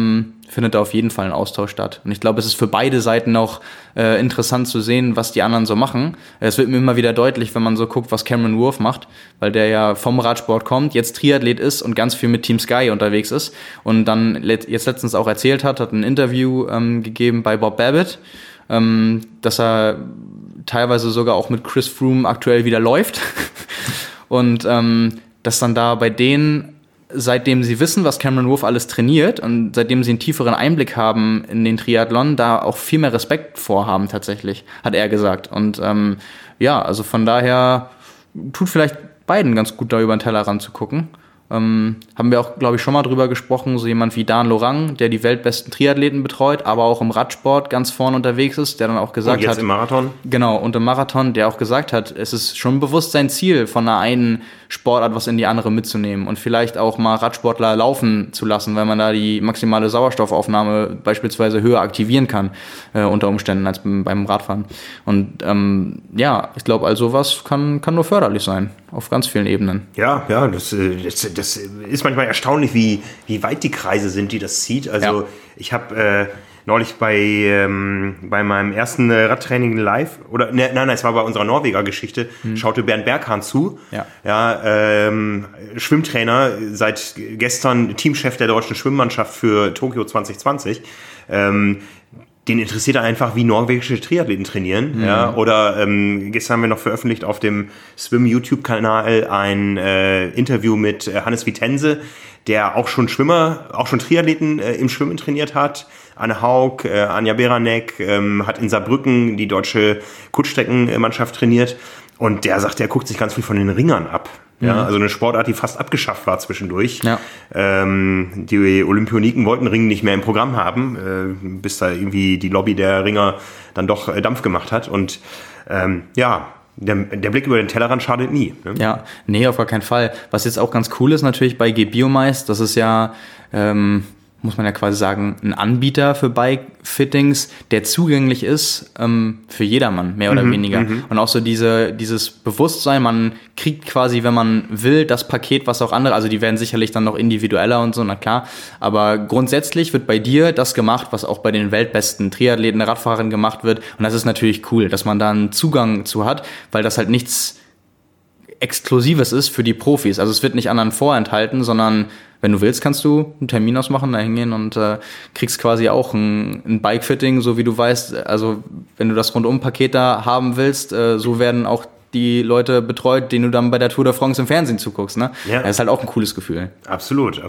findet da auf jeden Fall ein Austausch statt. Und ich glaube, es ist für beide Seiten auch interessant zu sehen, was die anderen so machen. Es wird mir immer wieder deutlich, wenn man so guckt, was Cameron Wolf macht, weil der ja vom Radsport kommt, jetzt Triathlet ist und ganz viel mit Team Sky unterwegs ist und dann jetzt letztens auch erzählt hat ein Interview gegeben bei Bob Babbitt, dass er teilweise sogar auch mit Chris Froome aktuell wieder läuft und dass dann da bei denen, seitdem sie wissen, was Cameron Wolf alles trainiert und seitdem sie einen tieferen Einblick haben in den Triathlon, da auch viel mehr Respekt vorhaben tatsächlich, hat er gesagt. Und also von daher tut vielleicht beiden ganz gut, da über den Tellerrand zu gucken. Haben wir auch, glaube ich, schon mal drüber gesprochen, so jemand wie Dan Lorang, der die weltbesten Triathleten betreut, aber auch im Radsport ganz vorne unterwegs ist, der dann auch gesagt hat... Und jetzt im Marathon? Genau, und im Marathon, der auch gesagt hat, es ist schon bewusst sein Ziel, von einer einen Sportart was in die andere mitzunehmen und vielleicht auch mal Radsportler laufen zu lassen, weil man da die maximale Sauerstoffaufnahme beispielsweise höher aktivieren kann, unter Umständen als beim Radfahren. Und ich glaube, all sowas kann nur förderlich sein, auf ganz vielen Ebenen. Ja, das ist manchmal erstaunlich, wie weit die Kreise sind, die das zieht. Also ich habe neulich bei meinem ersten Radtraining live, es war bei unserer Norweger-Geschichte, schaute Bernd Berghahn zu. Schwimmtrainer, seit gestern Teamchef der deutschen Schwimmmannschaft für Tokio 2020. Den interessiert einfach, wie norwegische Triathleten trainieren. Ja, oder gestern haben wir noch veröffentlicht auf dem Swim-YouTube-Kanal ein Interview mit Hannes Vitense, der auch schon Triathleten im Schwimmen trainiert hat. Anne Haug, Anja Beranek, hat in Saarbrücken die deutsche Kurzstreckenmannschaft trainiert. Und der sagt, der guckt sich ganz viel von den Ringern ab. Ja, also eine Sportart, die fast abgeschafft war zwischendurch. Ja. Die Olympioniken wollten Ringen nicht mehr im Programm haben, bis da irgendwie die Lobby der Ringer dann doch Dampf gemacht hat. Und der Blick über den Tellerrand schadet nie. Ne? Ja, nee, auf gar keinen Fall. Was jetzt auch ganz cool ist natürlich bei G-Biomice, das ist ja... muss man ja quasi sagen, ein Anbieter für Bike-Fittings, der zugänglich ist für jedermann, mehr oder weniger. Und auch so dieses Bewusstsein, man kriegt quasi, wenn man will, das Paket, was auch andere, also die werden sicherlich dann noch individueller und so, na klar, aber grundsätzlich wird bei dir das gemacht, was auch bei den weltbesten Triathleten, Radfahrern gemacht wird. Und das ist natürlich cool, dass man da einen Zugang zu hat, weil das halt nichts Exklusives ist für die Profis. Also es wird nicht anderen vorenthalten, sondern wenn du willst, kannst du einen Termin ausmachen, da hingehen und kriegst quasi auch ein Bike-Fitting, so wie du weißt. Also wenn du das Rundum-Paket da haben willst, so werden auch die Leute betreut, denen du dann bei der Tour de France im Fernsehen zuguckst. Ne? Ja. Das ist halt auch ein cooles Gefühl. Absolut.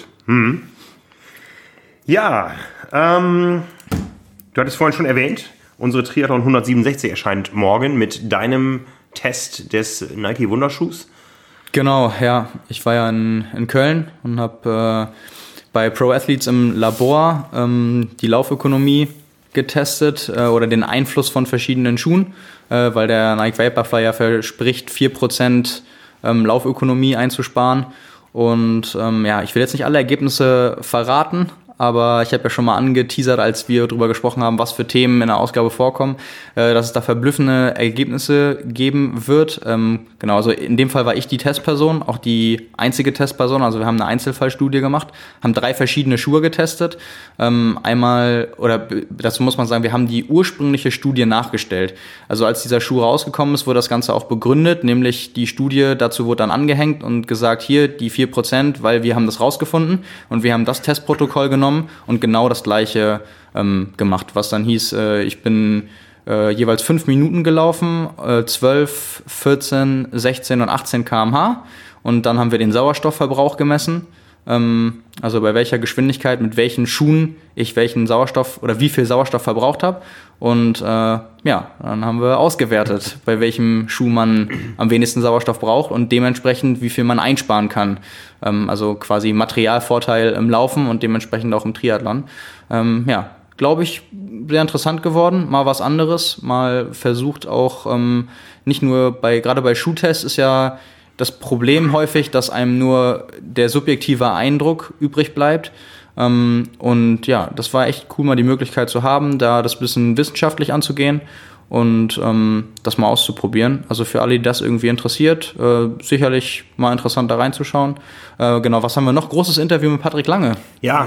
Ja, du hattest vorhin schon erwähnt, unsere Triathlon 167 erscheint morgen mit deinem Test des Nike Wunderschuhs. Genau, ja. Ich war ja in Köln und habe bei Pro Athletes im Labor die Laufökonomie getestet oder den Einfluss von verschiedenen Schuhen, weil der Nike Vaporfly ja verspricht, 4% Laufökonomie einzusparen. Und ich will jetzt nicht alle Ergebnisse verraten, aber ich habe ja schon mal angeteasert, als wir darüber gesprochen haben, was für Themen in der Ausgabe vorkommen, dass es da verblüffende Ergebnisse geben wird. Genau, also in dem Fall war ich die Testperson, auch die einzige Testperson. Also wir haben eine Einzelfallstudie gemacht, haben 3 verschiedene Schuhe getestet. Dazu muss man sagen, wir haben die ursprüngliche Studie nachgestellt. Also als dieser Schuh rausgekommen ist, wurde das Ganze auch begründet, nämlich die Studie dazu wurde dann angehängt und gesagt, hier die 4%, weil wir haben das rausgefunden und wir haben das Testprotokoll genommen und genau das Gleiche gemacht, was dann hieß, ich bin jeweils 5 Minuten gelaufen, 12, 14, 16 und 18 km/h und dann haben wir den Sauerstoffverbrauch gemessen, also bei welcher Geschwindigkeit, mit welchen Schuhen ich welchen Sauerstoff oder wie viel Sauerstoff verbraucht habe und dann haben wir ausgewertet, bei welchem Schuh man am wenigsten Sauerstoff braucht und dementsprechend wie viel man einsparen kann, also quasi Materialvorteil im Laufen und dementsprechend auch im Triathlon. Glaube ich, sehr interessant geworden, mal was anderes, mal versucht auch, nicht nur gerade bei Schuhtests ist ja das Problem häufig, dass einem nur der subjektive Eindruck übrig bleibt. Und ja, das war echt cool, mal die Möglichkeit zu haben, da das ein bisschen wissenschaftlich anzugehen und das mal auszuprobieren. Also für alle, die das irgendwie interessiert, sicherlich mal interessant da reinzuschauen. Genau, was haben wir noch? Großes Interview mit Patrick Lange. Ja,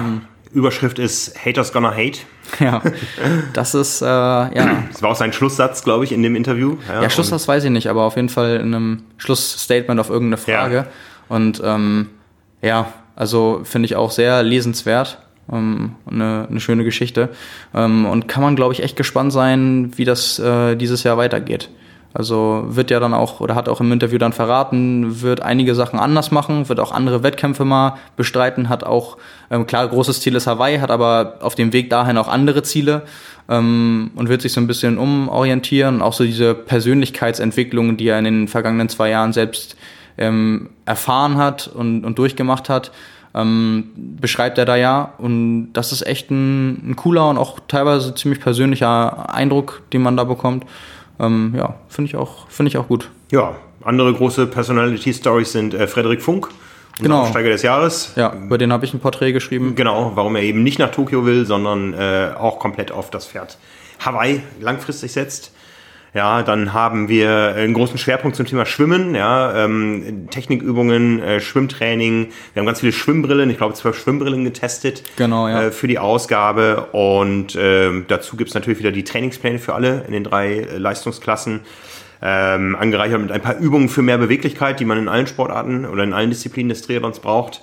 Überschrift ist Haters Gonna Hate. Ja, das ist, ja. Das war auch sein Schlusssatz, glaube ich, in dem Interview. Ja, Schlusssatz weiß ich nicht, aber auf jeden Fall in einem Schlussstatement auf irgendeine Frage. Ja. Und ja, also finde ich auch sehr lesenswert. Eine schöne Geschichte. Und kann man, glaube ich, echt gespannt sein, wie das dieses Jahr weitergeht. Also wird ja dann auch, oder hat auch im Interview dann verraten, wird einige Sachen anders machen, wird auch andere Wettkämpfe mal bestreiten, hat auch, klar, großes Ziel ist Hawaii, hat aber auf dem Weg dahin auch andere Ziele und wird sich so ein bisschen umorientieren. Auch so diese Persönlichkeitsentwicklung, die er in den vergangenen 2 Jahren selbst erfahren hat und durchgemacht hat, beschreibt er da ja. Und das ist echt ein cooler und auch teilweise ziemlich persönlicher Eindruck, den man da bekommt. Ja, finde ich auch gut. Ja, andere große Personality-Stories sind Frederik Funk, unser Aufsteiger des Jahres. Ja, über den habe ich ein Porträt geschrieben. Genau, warum er eben nicht nach Tokio will, sondern auch komplett auf das Pferd Hawaii langfristig setzt. Ja, dann haben wir einen großen Schwerpunkt zum Thema Schwimmen, ja, Technikübungen, Schwimmtraining. Wir haben ganz viele Schwimmbrillen, ich glaube 12 Schwimmbrillen getestet, genau, ja. Für die Ausgabe. Und dazu gibt's natürlich wieder die Trainingspläne für alle in den 3 Leistungsklassen. Angereichert mit ein paar Übungen für mehr Beweglichkeit, die man in allen Sportarten oder in allen Disziplinen des Triathlons braucht.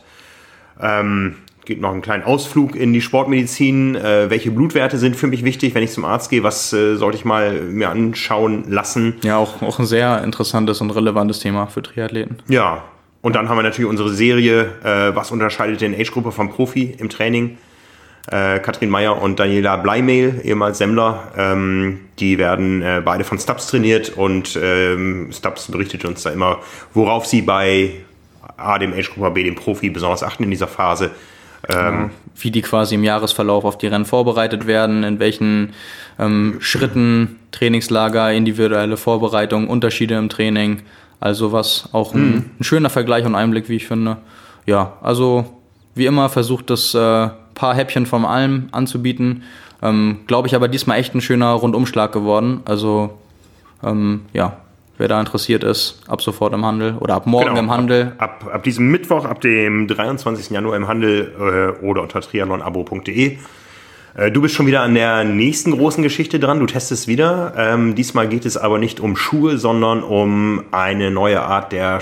Geht noch einen kleinen Ausflug in die Sportmedizin. Welche Blutwerte sind für mich wichtig, wenn ich zum Arzt gehe? Was sollte ich mal mir anschauen lassen? Ja, auch ein sehr interessantes und relevantes Thema für Triathleten. Ja, und dann haben wir natürlich unsere Serie, was unterscheidet den Age-Gruppe vom Profi im Training? Katrin Meyer und Daniela Bleimehl, ehemals Semmler, die werden beide von Stubbs trainiert und Stubbs berichtet uns da immer, worauf sie bei A, dem Age-Gruppe, B, dem Profi besonders achten in dieser Phase. Wie die quasi im Jahresverlauf auf die Rennen vorbereitet werden, in welchen Schritten, Trainingslager, individuelle Vorbereitung, Unterschiede im Training, also was auch ein schöner Vergleich und Einblick, wie ich finde. Ja, also wie immer versucht das paar Häppchen von allem anzubieten. Glaube ich aber diesmal echt ein schöner Rundumschlag geworden. Also ja, wer da interessiert ist, ab sofort im Handel oder ab morgen im Handel. Ab diesem Mittwoch, ab dem 23. Januar im Handel oder unter triathlonabo.de. Du bist schon wieder an der nächsten großen Geschichte dran. Du testest wieder. Diesmal geht es aber nicht um Schuhe, sondern um eine neue Art der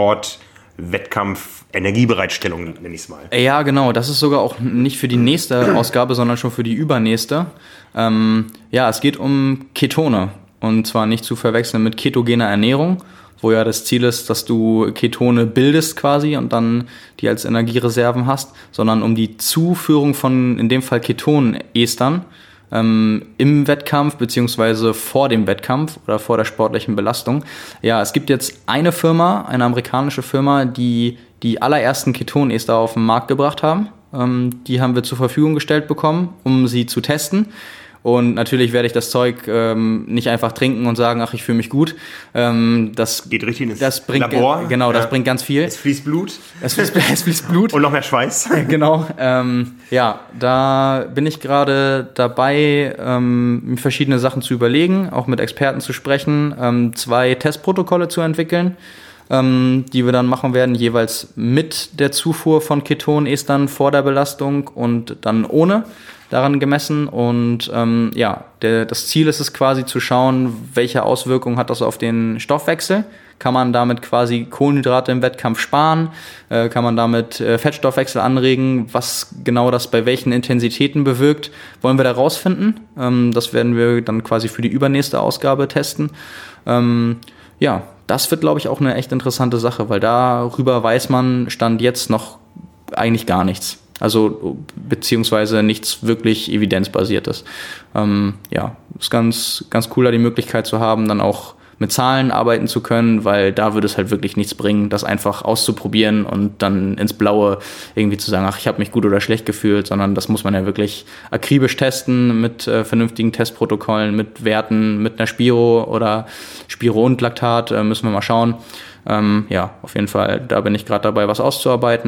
Wettkampf-Energiebereitstellung, nenne ich es mal. Ja, genau. Das ist sogar auch nicht für die nächste Ausgabe, sondern schon für die übernächste. Ja, es geht um Ketone. Und zwar nicht zu verwechseln mit ketogener Ernährung, wo ja das Ziel ist, dass du Ketone bildest quasi und dann die als Energiereserven hast, sondern um die Zuführung von, in dem Fall Ketonestern, im Wettkampf beziehungsweise vor dem Wettkampf oder vor der sportlichen Belastung. Ja, es gibt jetzt eine Firma, eine amerikanische Firma, die die allerersten Ketonester auf den Markt gebracht haben. Die haben wir zur Verfügung gestellt bekommen, um sie zu testen. Und natürlich werde ich das Zeug nicht einfach trinken und sagen, ach, ich fühle mich gut. Das geht richtig ins Labor. Genau, das bringt ganz viel. Es fließt Blut. Es fließt Blut. Und noch mehr Schweiß. Genau. Ja, da bin ich gerade dabei, verschiedene Sachen zu überlegen, auch mit Experten zu sprechen, 2 Testprotokolle zu entwickeln, die wir dann machen werden, jeweils mit der Zufuhr von Ketonestern vor der Belastung und dann ohne. Daran gemessen und ja, das Ziel ist es quasi zu schauen, welche Auswirkungen hat das auf den Stoffwechsel. Kann man damit quasi Kohlenhydrate im Wettkampf sparen? Kann man damit Fettstoffwechsel anregen? Was genau das bei welchen Intensitäten bewirkt, wollen wir da rausfinden. Das werden wir dann quasi für die übernächste Ausgabe testen. Ja, das wird, glaube ich, auch eine echt interessante Sache, weil darüber weiß man Stand jetzt noch eigentlich gar nichts. Also beziehungsweise nichts wirklich evidenzbasiertes. Ja, ist ganz cool, da die Möglichkeit zu haben, dann auch mit Zahlen arbeiten zu können, weil da würde es halt wirklich nichts bringen, das einfach auszuprobieren und dann ins Blaue irgendwie zu sagen, ach, ich habe mich gut oder schlecht gefühlt, sondern das muss man ja wirklich akribisch testen mit vernünftigen Testprotokollen, mit Werten, mit einer Spiro oder Spiro und Laktat, müssen wir mal schauen. Ja, auf jeden Fall, da bin ich gerade dabei, was auszuarbeiten.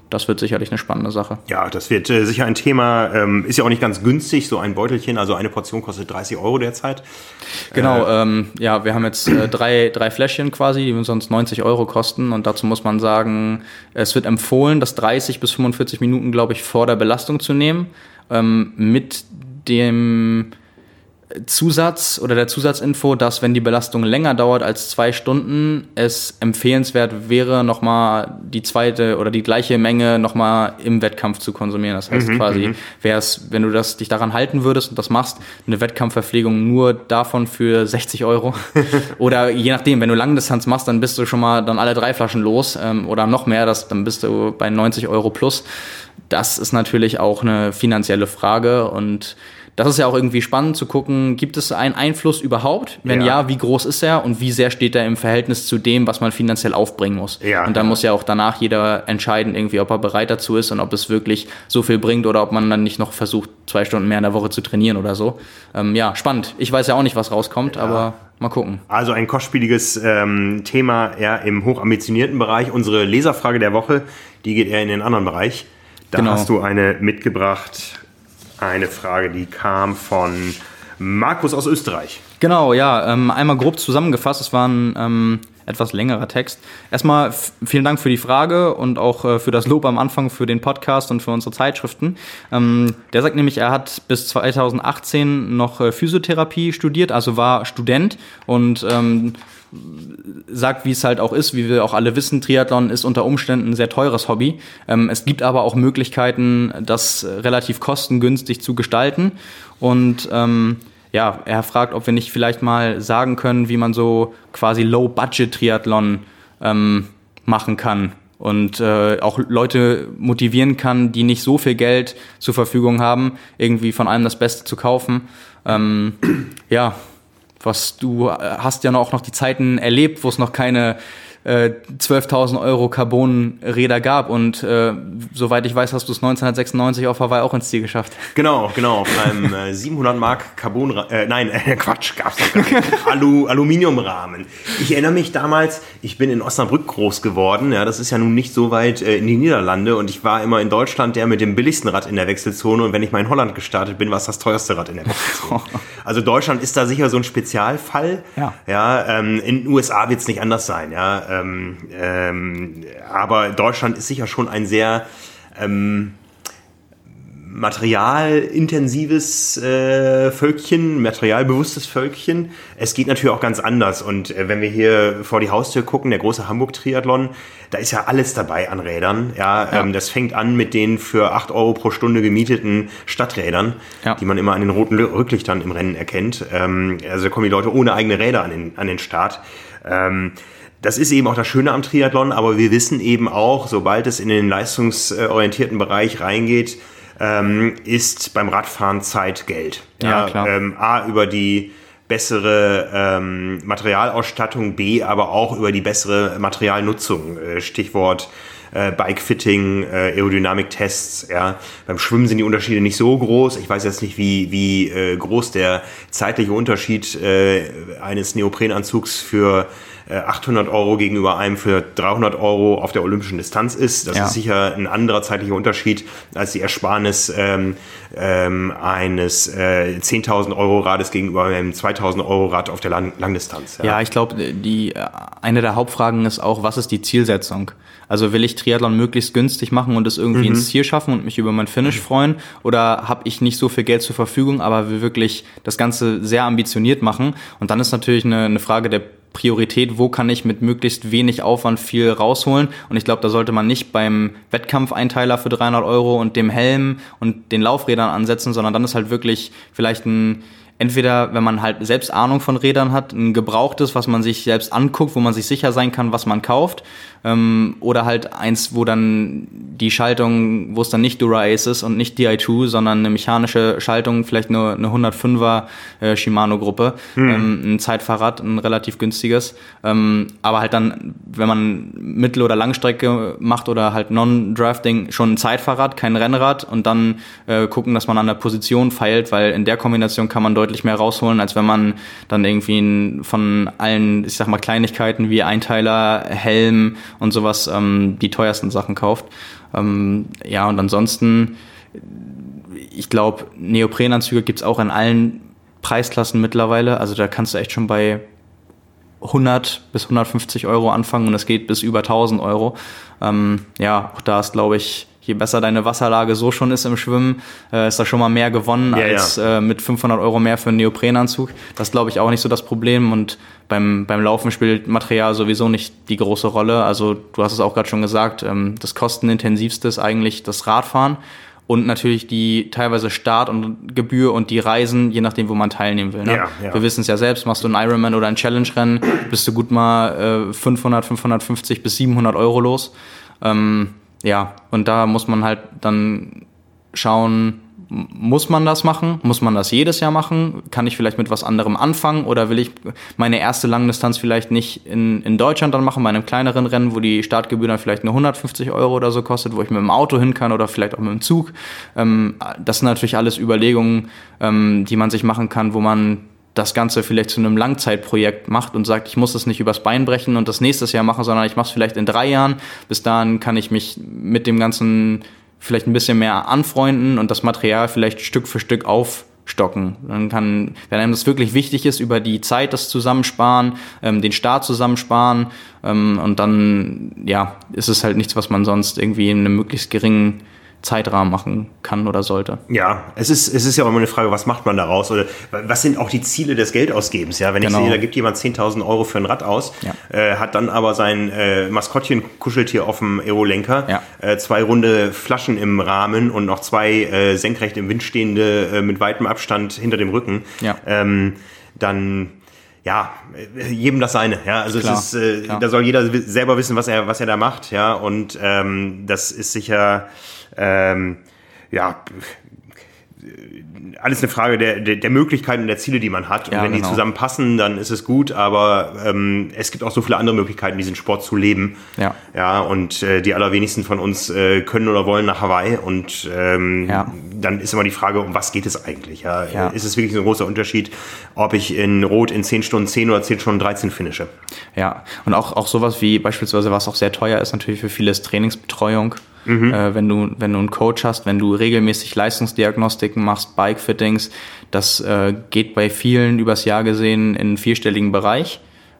das wird sicherlich eine spannende Sache. Ja, das wird sicher ein Thema. Ist ja auch nicht ganz günstig, so ein Beutelchen. Also eine Portion kostet 30 € derzeit. Genau, ja, wir haben jetzt drei Fläschchen quasi, die sonst 90 € kosten. Und dazu muss man sagen, es wird empfohlen, das 30 bis 45 Minuten, glaube ich, vor der Belastung zu nehmen. Mit dem Zusatz oder der Zusatzinfo, dass wenn die Belastung länger dauert als 2 Stunden, es empfehlenswert wäre, nochmal die zweite oder die gleiche Menge nochmal im Wettkampf zu konsumieren. Das heißt quasi, wäre es, wenn du dich daran halten würdest und das machst, eine Wettkampfverpflegung nur davon für 60 € oder je nachdem, wenn du Langdistanz machst, dann bist du schon mal dann alle 3 Flaschen los oder noch mehr, dann bist du bei 90 € plus. Das ist natürlich auch eine finanzielle Frage und das ist ja auch irgendwie spannend zu gucken, gibt es einen Einfluss überhaupt? Wenn ja, wie groß ist er und wie sehr steht er im Verhältnis zu dem, was man finanziell aufbringen muss? Ja, und dann muss ja auch danach jeder entscheiden, irgendwie, ob er bereit dazu ist und ob es wirklich so viel bringt oder ob man dann nicht noch versucht, 2 Stunden mehr in der Woche zu trainieren oder so. Ja, spannend. Ich weiß ja auch nicht, was rauskommt, aber mal gucken. Also ein kostspieliges Thema eher im hochambitionierten Bereich. Unsere Leserfrage der Woche, die geht eher in den anderen Bereich. Da hast du eine mitgebracht. Eine Frage, die kam von Markus aus Österreich. Genau, ja. Einmal grob zusammengefasst, es war ein etwas längerer Text. Erstmal vielen Dank für die Frage und auch für das Lob am Anfang für den Podcast und für unsere Zeitschriften. Der sagt nämlich, er hat bis 2018 noch Physiotherapie studiert, also war Student und sagt, wie es halt auch ist, wie wir auch alle wissen, Triathlon ist unter Umständen ein sehr teures Hobby. Es gibt aber auch Möglichkeiten, das relativ kostengünstig zu gestalten. Und ja, er fragt, ob wir nicht vielleicht mal sagen können, wie man so quasi Low-Budget-Triathlon machen kann und auch Leute motivieren kann, die nicht so viel Geld zur Verfügung haben, irgendwie von allem das Beste zu kaufen. Ja, du hast ja auch noch die Zeiten erlebt, wo es noch keine 12.000 € Carbon-Räder gab und soweit ich weiß, hast du es 1996 auf Hawaii auch ins Ziel geschafft. Genau, auf einem 700 Mark Carbon, Quatsch, gab's doch gar nicht. Aluminiumrahmen. Ich erinnere mich damals, ich bin in Osnabrück groß geworden, ja, das ist ja nun nicht so weit in die Niederlande und ich war immer in Deutschland der mit dem billigsten Rad in der Wechselzone und wenn ich mal in Holland gestartet bin, war es das teuerste Rad in der Wechselzone. Also Deutschland ist da sicher so ein Spezialfall. Ja, in den USA wird es nicht anders sein, ja. Aber Deutschland ist sicher schon ein sehr materialintensives Völkchen, materialbewusstes Völkchen. Es geht natürlich auch ganz anders. Und wenn wir hier vor die Haustür gucken, der große Hamburg-Triathlon, da ist ja alles dabei an Rädern. Ja. Das fängt an mit den für 8 € pro Stunde gemieteten Stadträdern, die man immer an den roten Rücklichtern im Rennen erkennt. Also da kommen die Leute ohne eigene Räder an den Start. Das ist eben auch das Schöne am Triathlon, aber wir wissen eben auch, sobald es in den leistungsorientierten Bereich reingeht, ist beim Radfahren Zeit Geld. Ja, klar. A, über die bessere Materialausstattung, B, aber auch über die bessere Materialnutzung. Stichwort Bikefitting, Aerodynamiktests. Ja. Beim Schwimmen sind die Unterschiede nicht so groß. Ich weiß jetzt nicht, wie groß der zeitliche Unterschied eines Neoprenanzugs für 800 € gegenüber einem für 300 € auf der olympischen Distanz ist. Das ist sicher ein anderer zeitlicher Unterschied als die Ersparnis eines 10.000 € Rades gegenüber einem 2.000 € Rad auf der Langdistanz. Ja, ich glaube, eine der Hauptfragen ist auch, was ist die Zielsetzung? Also will ich Triathlon möglichst günstig machen und es irgendwie ins Ziel schaffen und mich über mein Finish freuen? Oder habe ich nicht so viel Geld zur Verfügung, aber will wirklich das Ganze sehr ambitioniert machen? Und dann ist natürlich eine Frage der Priorität, wo kann ich mit möglichst wenig Aufwand viel rausholen? Und ich glaube, da sollte man nicht beim Wettkampfeinteiler für 300 € und dem Helm und den Laufrädern ansetzen, sondern dann ist halt wirklich vielleicht entweder, wenn man halt selbst Ahnung von Rädern hat, ein gebrauchtes, was man sich selbst anguckt, wo man sich sicher sein kann, was man kauft, oder halt eins, wo dann die Schaltung, wo es dann nicht Dura-Ace ist und nicht Di2, sondern eine mechanische Schaltung, vielleicht nur eine 105er Shimano-Gruppe, ein Zeitfahrrad, ein relativ günstiges, aber halt dann, wenn man Mittel- oder Langstrecke macht oder halt Non-Drafting, schon ein Zeitfahrrad, kein Rennrad und dann gucken, dass man an der Position feilt, weil in der Kombination kann man deutlich deutlich mehr rausholen, als wenn man dann irgendwie von allen, ich sag mal, Kleinigkeiten wie Einteiler, Helm und sowas die teuersten Sachen kauft. Ja, und ansonsten, ich glaube, Neoprenanzüge gibt's auch in allen Preisklassen mittlerweile. Also da kannst du echt schon bei 100 bis 150 Euro anfangen und es geht bis über 1000 Euro. Ja, auch da ist, glaube ich, je besser deine Wasserlage so schon ist im Schwimmen, ist da schon mal mehr gewonnen als mit 500 Euro mehr für einen Neoprenanzug. Das ist, glaube ich, auch nicht so das Problem. Und beim Laufen spielt Material sowieso nicht die große Rolle. Also du hast es auch gerade schon gesagt, das kostenintensivste ist eigentlich das Radfahren. Und natürlich die teilweise Start- und Gebühr und die Reisen, je nachdem, wo man teilnehmen will. Ne? Ja. Wir wissen es ja selbst, machst du einen Ironman oder ein Challenge-Rennen, bist du gut mal 500, 550 bis 700 Euro los. Ja, und da muss man halt dann schauen, muss man das machen? Muss man das jedes Jahr machen? Kann ich vielleicht mit was anderem anfangen? Oder will ich meine erste Langdistanz vielleicht nicht in Deutschland dann machen, bei einem kleineren Rennen, wo die Startgebühr dann vielleicht nur 150 Euro oder so kostet, wo ich mit dem Auto hin kann oder vielleicht auch mit dem Zug? Das sind natürlich alles Überlegungen, die man sich machen kann, wo man das Ganze vielleicht zu einem Langzeitprojekt macht und sagt, ich muss das nicht übers Bein brechen und das nächstes Jahr machen, sondern ich mache es vielleicht in 3 Jahren. Bis dahin kann ich mich mit dem Ganzen vielleicht ein bisschen mehr anfreunden und das Material vielleicht Stück für Stück aufstocken. Dann kann, wenn einem das wirklich wichtig ist, über die Zeit das zusammensparen, den Start zusammensparen und dann ja, ist es halt nichts, was man sonst irgendwie in einem möglichst geringen Zeitrahmen machen kann oder sollte. Ja, es ist ja auch immer eine Frage, was macht man daraus oder was sind auch die Ziele des Geldausgebens? Ja, wenn ich sehe, da gibt jemand 10.000 Euro für ein Rad aus, hat dann aber sein Maskottchen-Kuscheltier auf dem Aerolenker, 2 runde Flaschen im Rahmen und noch 2 senkrecht im Wind stehende mit weitem Abstand hinter dem Rücken, dann ja, jedem das seine. Ja, also klar, es ist, da soll jeder selber wissen, was er da macht. Ja, und das ist sicher ja, alles eine Frage der Möglichkeiten und der Ziele, die man hat. Und wenn die zusammenpassen, dann ist es gut. Aber es gibt auch so viele andere Möglichkeiten, diesen Sport zu leben. Ja, und die allerwenigsten von uns können oder wollen nach Hawaii. Und dann ist immer die Frage, um was geht es eigentlich? Ja? Ist es wirklich ein großer Unterschied, ob ich in Rot in 10 Stunden 10 oder 10 Stunden 13 finische? Ja, und auch sowas wie beispielsweise, was auch sehr teuer ist, natürlich für viele, ist Trainingsbetreuung. Wenn du einen Coach hast, wenn du regelmäßig Leistungsdiagnostiken machst, Bike-Fittings, das geht bei vielen übers Jahr gesehen in einen 4-stelligen Bereich.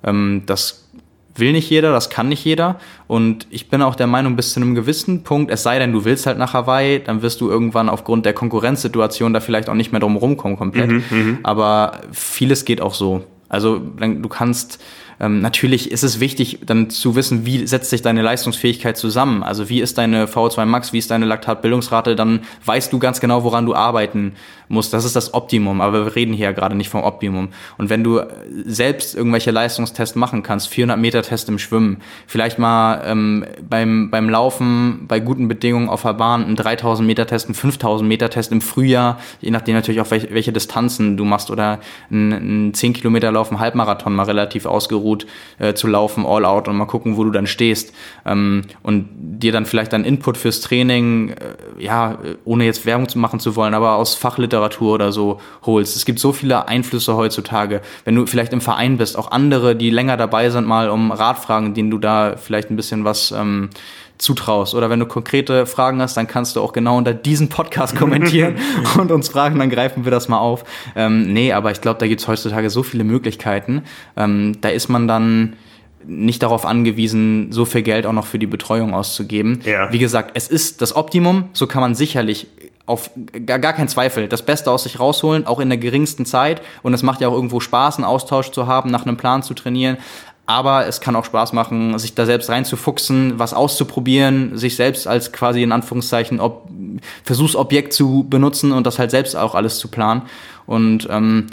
Das will nicht jeder, das kann nicht jeder. Und ich bin auch der Meinung, bis zu einem gewissen Punkt, es sei denn, du willst halt nach Hawaii, dann wirst du irgendwann aufgrund der Konkurrenzsituation da vielleicht auch nicht mehr drum rumkommen komplett. Aber vieles geht auch so. Also du kannst... natürlich ist es wichtig, dann zu wissen, wie setzt sich deine Leistungsfähigkeit zusammen. Also wie ist deine VO2 Max, wie ist deine Laktatbildungsrate, dann weißt du ganz genau, woran du arbeiten musst. Das ist das Optimum, aber wir reden hier ja gerade nicht vom Optimum. Und wenn du selbst irgendwelche Leistungstests machen kannst, 400-Meter-Test im Schwimmen, vielleicht mal beim Laufen bei guten Bedingungen auf der Bahn einen 3000-Meter-Test, einen 5000-Meter-Test im Frühjahr, je nachdem natürlich auch welche Distanzen du machst, oder einen 10-Kilometer-Lauf, einen Halbmarathon mal relativ ausgeruht zu laufen, all out, und mal gucken, wo du dann stehst, und dir dann vielleicht dann Input fürs Training, ohne jetzt Werbung machen zu wollen, aber aus Fachliteratur oder so holst. Es gibt so viele Einflüsse heutzutage. Wenn du vielleicht im Verein bist, auch andere, die länger dabei sind, mal um Rat fragen, denen du da vielleicht ein bisschen was zutraust. Oder wenn du konkrete Fragen hast, dann kannst du auch genau unter diesen Podcast kommentieren und uns fragen, dann greifen wir das mal auf. Aber ich glaube, da gibt es heutzutage so viele Möglichkeiten. Da ist man dann nicht darauf angewiesen, so viel Geld auch noch für die Betreuung auszugeben. Ja. Wie gesagt, es ist das Optimum, so kann man sicherlich auf gar keinen Zweifel das Beste aus sich rausholen, auch in der geringsten Zeit. Und es macht ja auch irgendwo Spaß, einen Austausch zu haben, nach einem Plan zu trainieren. Aber es kann auch Spaß machen, sich da selbst reinzufuchsen, was auszuprobieren, sich selbst als quasi in Anführungszeichen Versuchsobjekt zu benutzen und das halt selbst auch alles zu planen. Und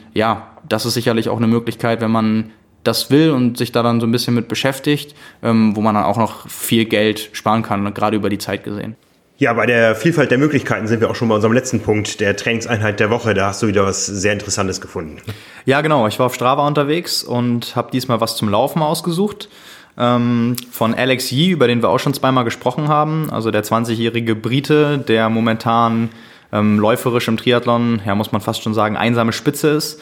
das ist sicherlich auch eine Möglichkeit, wenn man das will und sich da dann so ein bisschen mit beschäftigt, wo man dann auch noch viel Geld sparen kann, gerade über die Zeit gesehen. Ja, bei der Vielfalt der Möglichkeiten sind wir auch schon bei unserem letzten Punkt, der Trainingseinheit der Woche. Da hast du wieder was sehr Interessantes gefunden. Ja, genau. Ich war auf Strava unterwegs und habe diesmal was zum Laufen ausgesucht. Von Alex Yee, über den wir auch schon zweimal gesprochen haben. Also der 20-jährige Brite, der momentan läuferisch im Triathlon, ja, muss man fast schon sagen, einsame Spitze ist.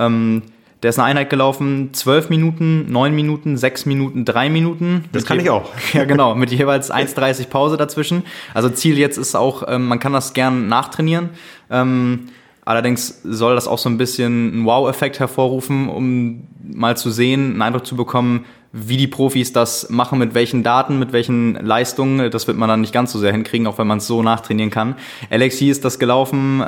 Der ist eine Einheit gelaufen, 12 Minuten, 9 Minuten, 6 Minuten, 3 Minuten. Das kann ich auch. Ja, genau, mit jeweils 1,30 Pause dazwischen. Also Ziel jetzt ist auch, man kann das gern nachtrainieren. Allerdings soll das auch so ein bisschen einen Wow-Effekt hervorrufen, um mal zu sehen, einen Eindruck zu bekommen, wie die Profis das machen, mit welchen Daten, mit welchen Leistungen. Das wird man dann nicht ganz so sehr hinkriegen, auch wenn man es so nachtrainieren kann. Alexi ist das gelaufen,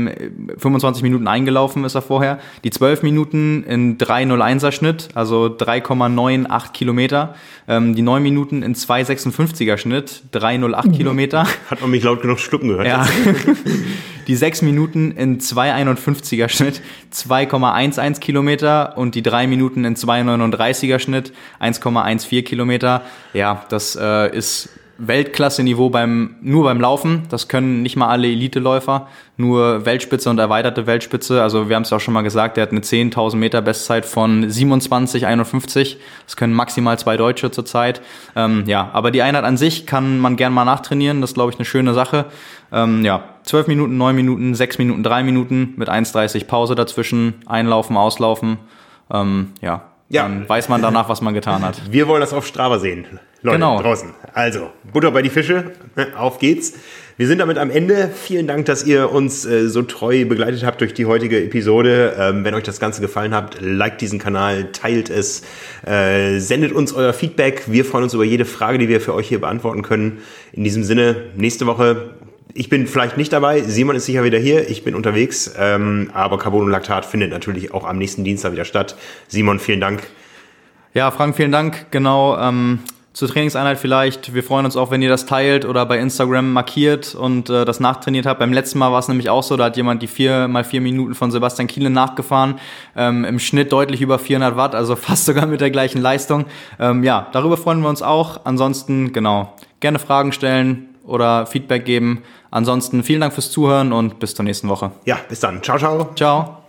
25 Minuten eingelaufen ist er vorher. Die 12 Minuten in 3,01er Schnitt, also 3,98 Kilometer. Die 9 Minuten in 2,56er Schnitt, 3,08 Kilometer. Hat man mich laut genug schlucken gehört. Ja. Die 6 Minuten in 2,51er Schnitt, 2,11 Kilometer und die 3 Minuten in 2,39er Schnitt, 1,14 Kilometer. Ja, das ist Weltklasse-Niveau nur beim Laufen. Das können nicht mal alle Elite-Läufer, nur Weltspitze und erweiterte Weltspitze. Also wir haben es ja auch schon mal gesagt, der hat eine 10.000 Meter Bestzeit von 27,51. Das können maximal 2 Deutsche zurzeit. Ja, aber die Einheit an sich kann man gern mal nachtrainieren. Das ist, glaube ich, eine schöne Sache. Ja, 12 Minuten, 9 Minuten, 6 Minuten, 3 Minuten mit 1,30 Pause dazwischen, einlaufen, auslaufen. Ja. Dann weiß man danach, was man getan hat. Wir wollen das auf Strava sehen, Leute, genau. Draußen. Also, Butter bei die Fische, auf geht's. Wir sind damit am Ende. Vielen Dank, dass ihr uns so treu begleitet habt durch die heutige Episode. Wenn euch das Ganze gefallen hat, liked diesen Kanal, teilt es, sendet uns euer Feedback. Wir freuen uns über jede Frage, die wir für euch hier beantworten können. In diesem Sinne, nächste Woche. Ich bin vielleicht nicht dabei, Simon ist sicher wieder hier, ich bin unterwegs, aber Carbonolactat findet natürlich auch am nächsten Dienstag wieder statt. Simon, vielen Dank. Ja, Frank, vielen Dank. Genau, zur Trainingseinheit vielleicht. Wir freuen uns auch, wenn ihr das teilt oder bei Instagram markiert und das nachtrainiert habt. Beim letzten Mal war es nämlich auch so, da hat jemand die 4x4 Minuten von Sebastian Kienle nachgefahren. Im Schnitt deutlich über 400 Watt, also fast sogar mit der gleichen Leistung. Ja, darüber freuen wir uns auch. Ansonsten, genau, gerne Fragen stellen oder Feedback geben. Ansonsten vielen Dank fürs Zuhören und bis zur nächsten Woche. Ja, bis dann. Ciao, ciao. Ciao.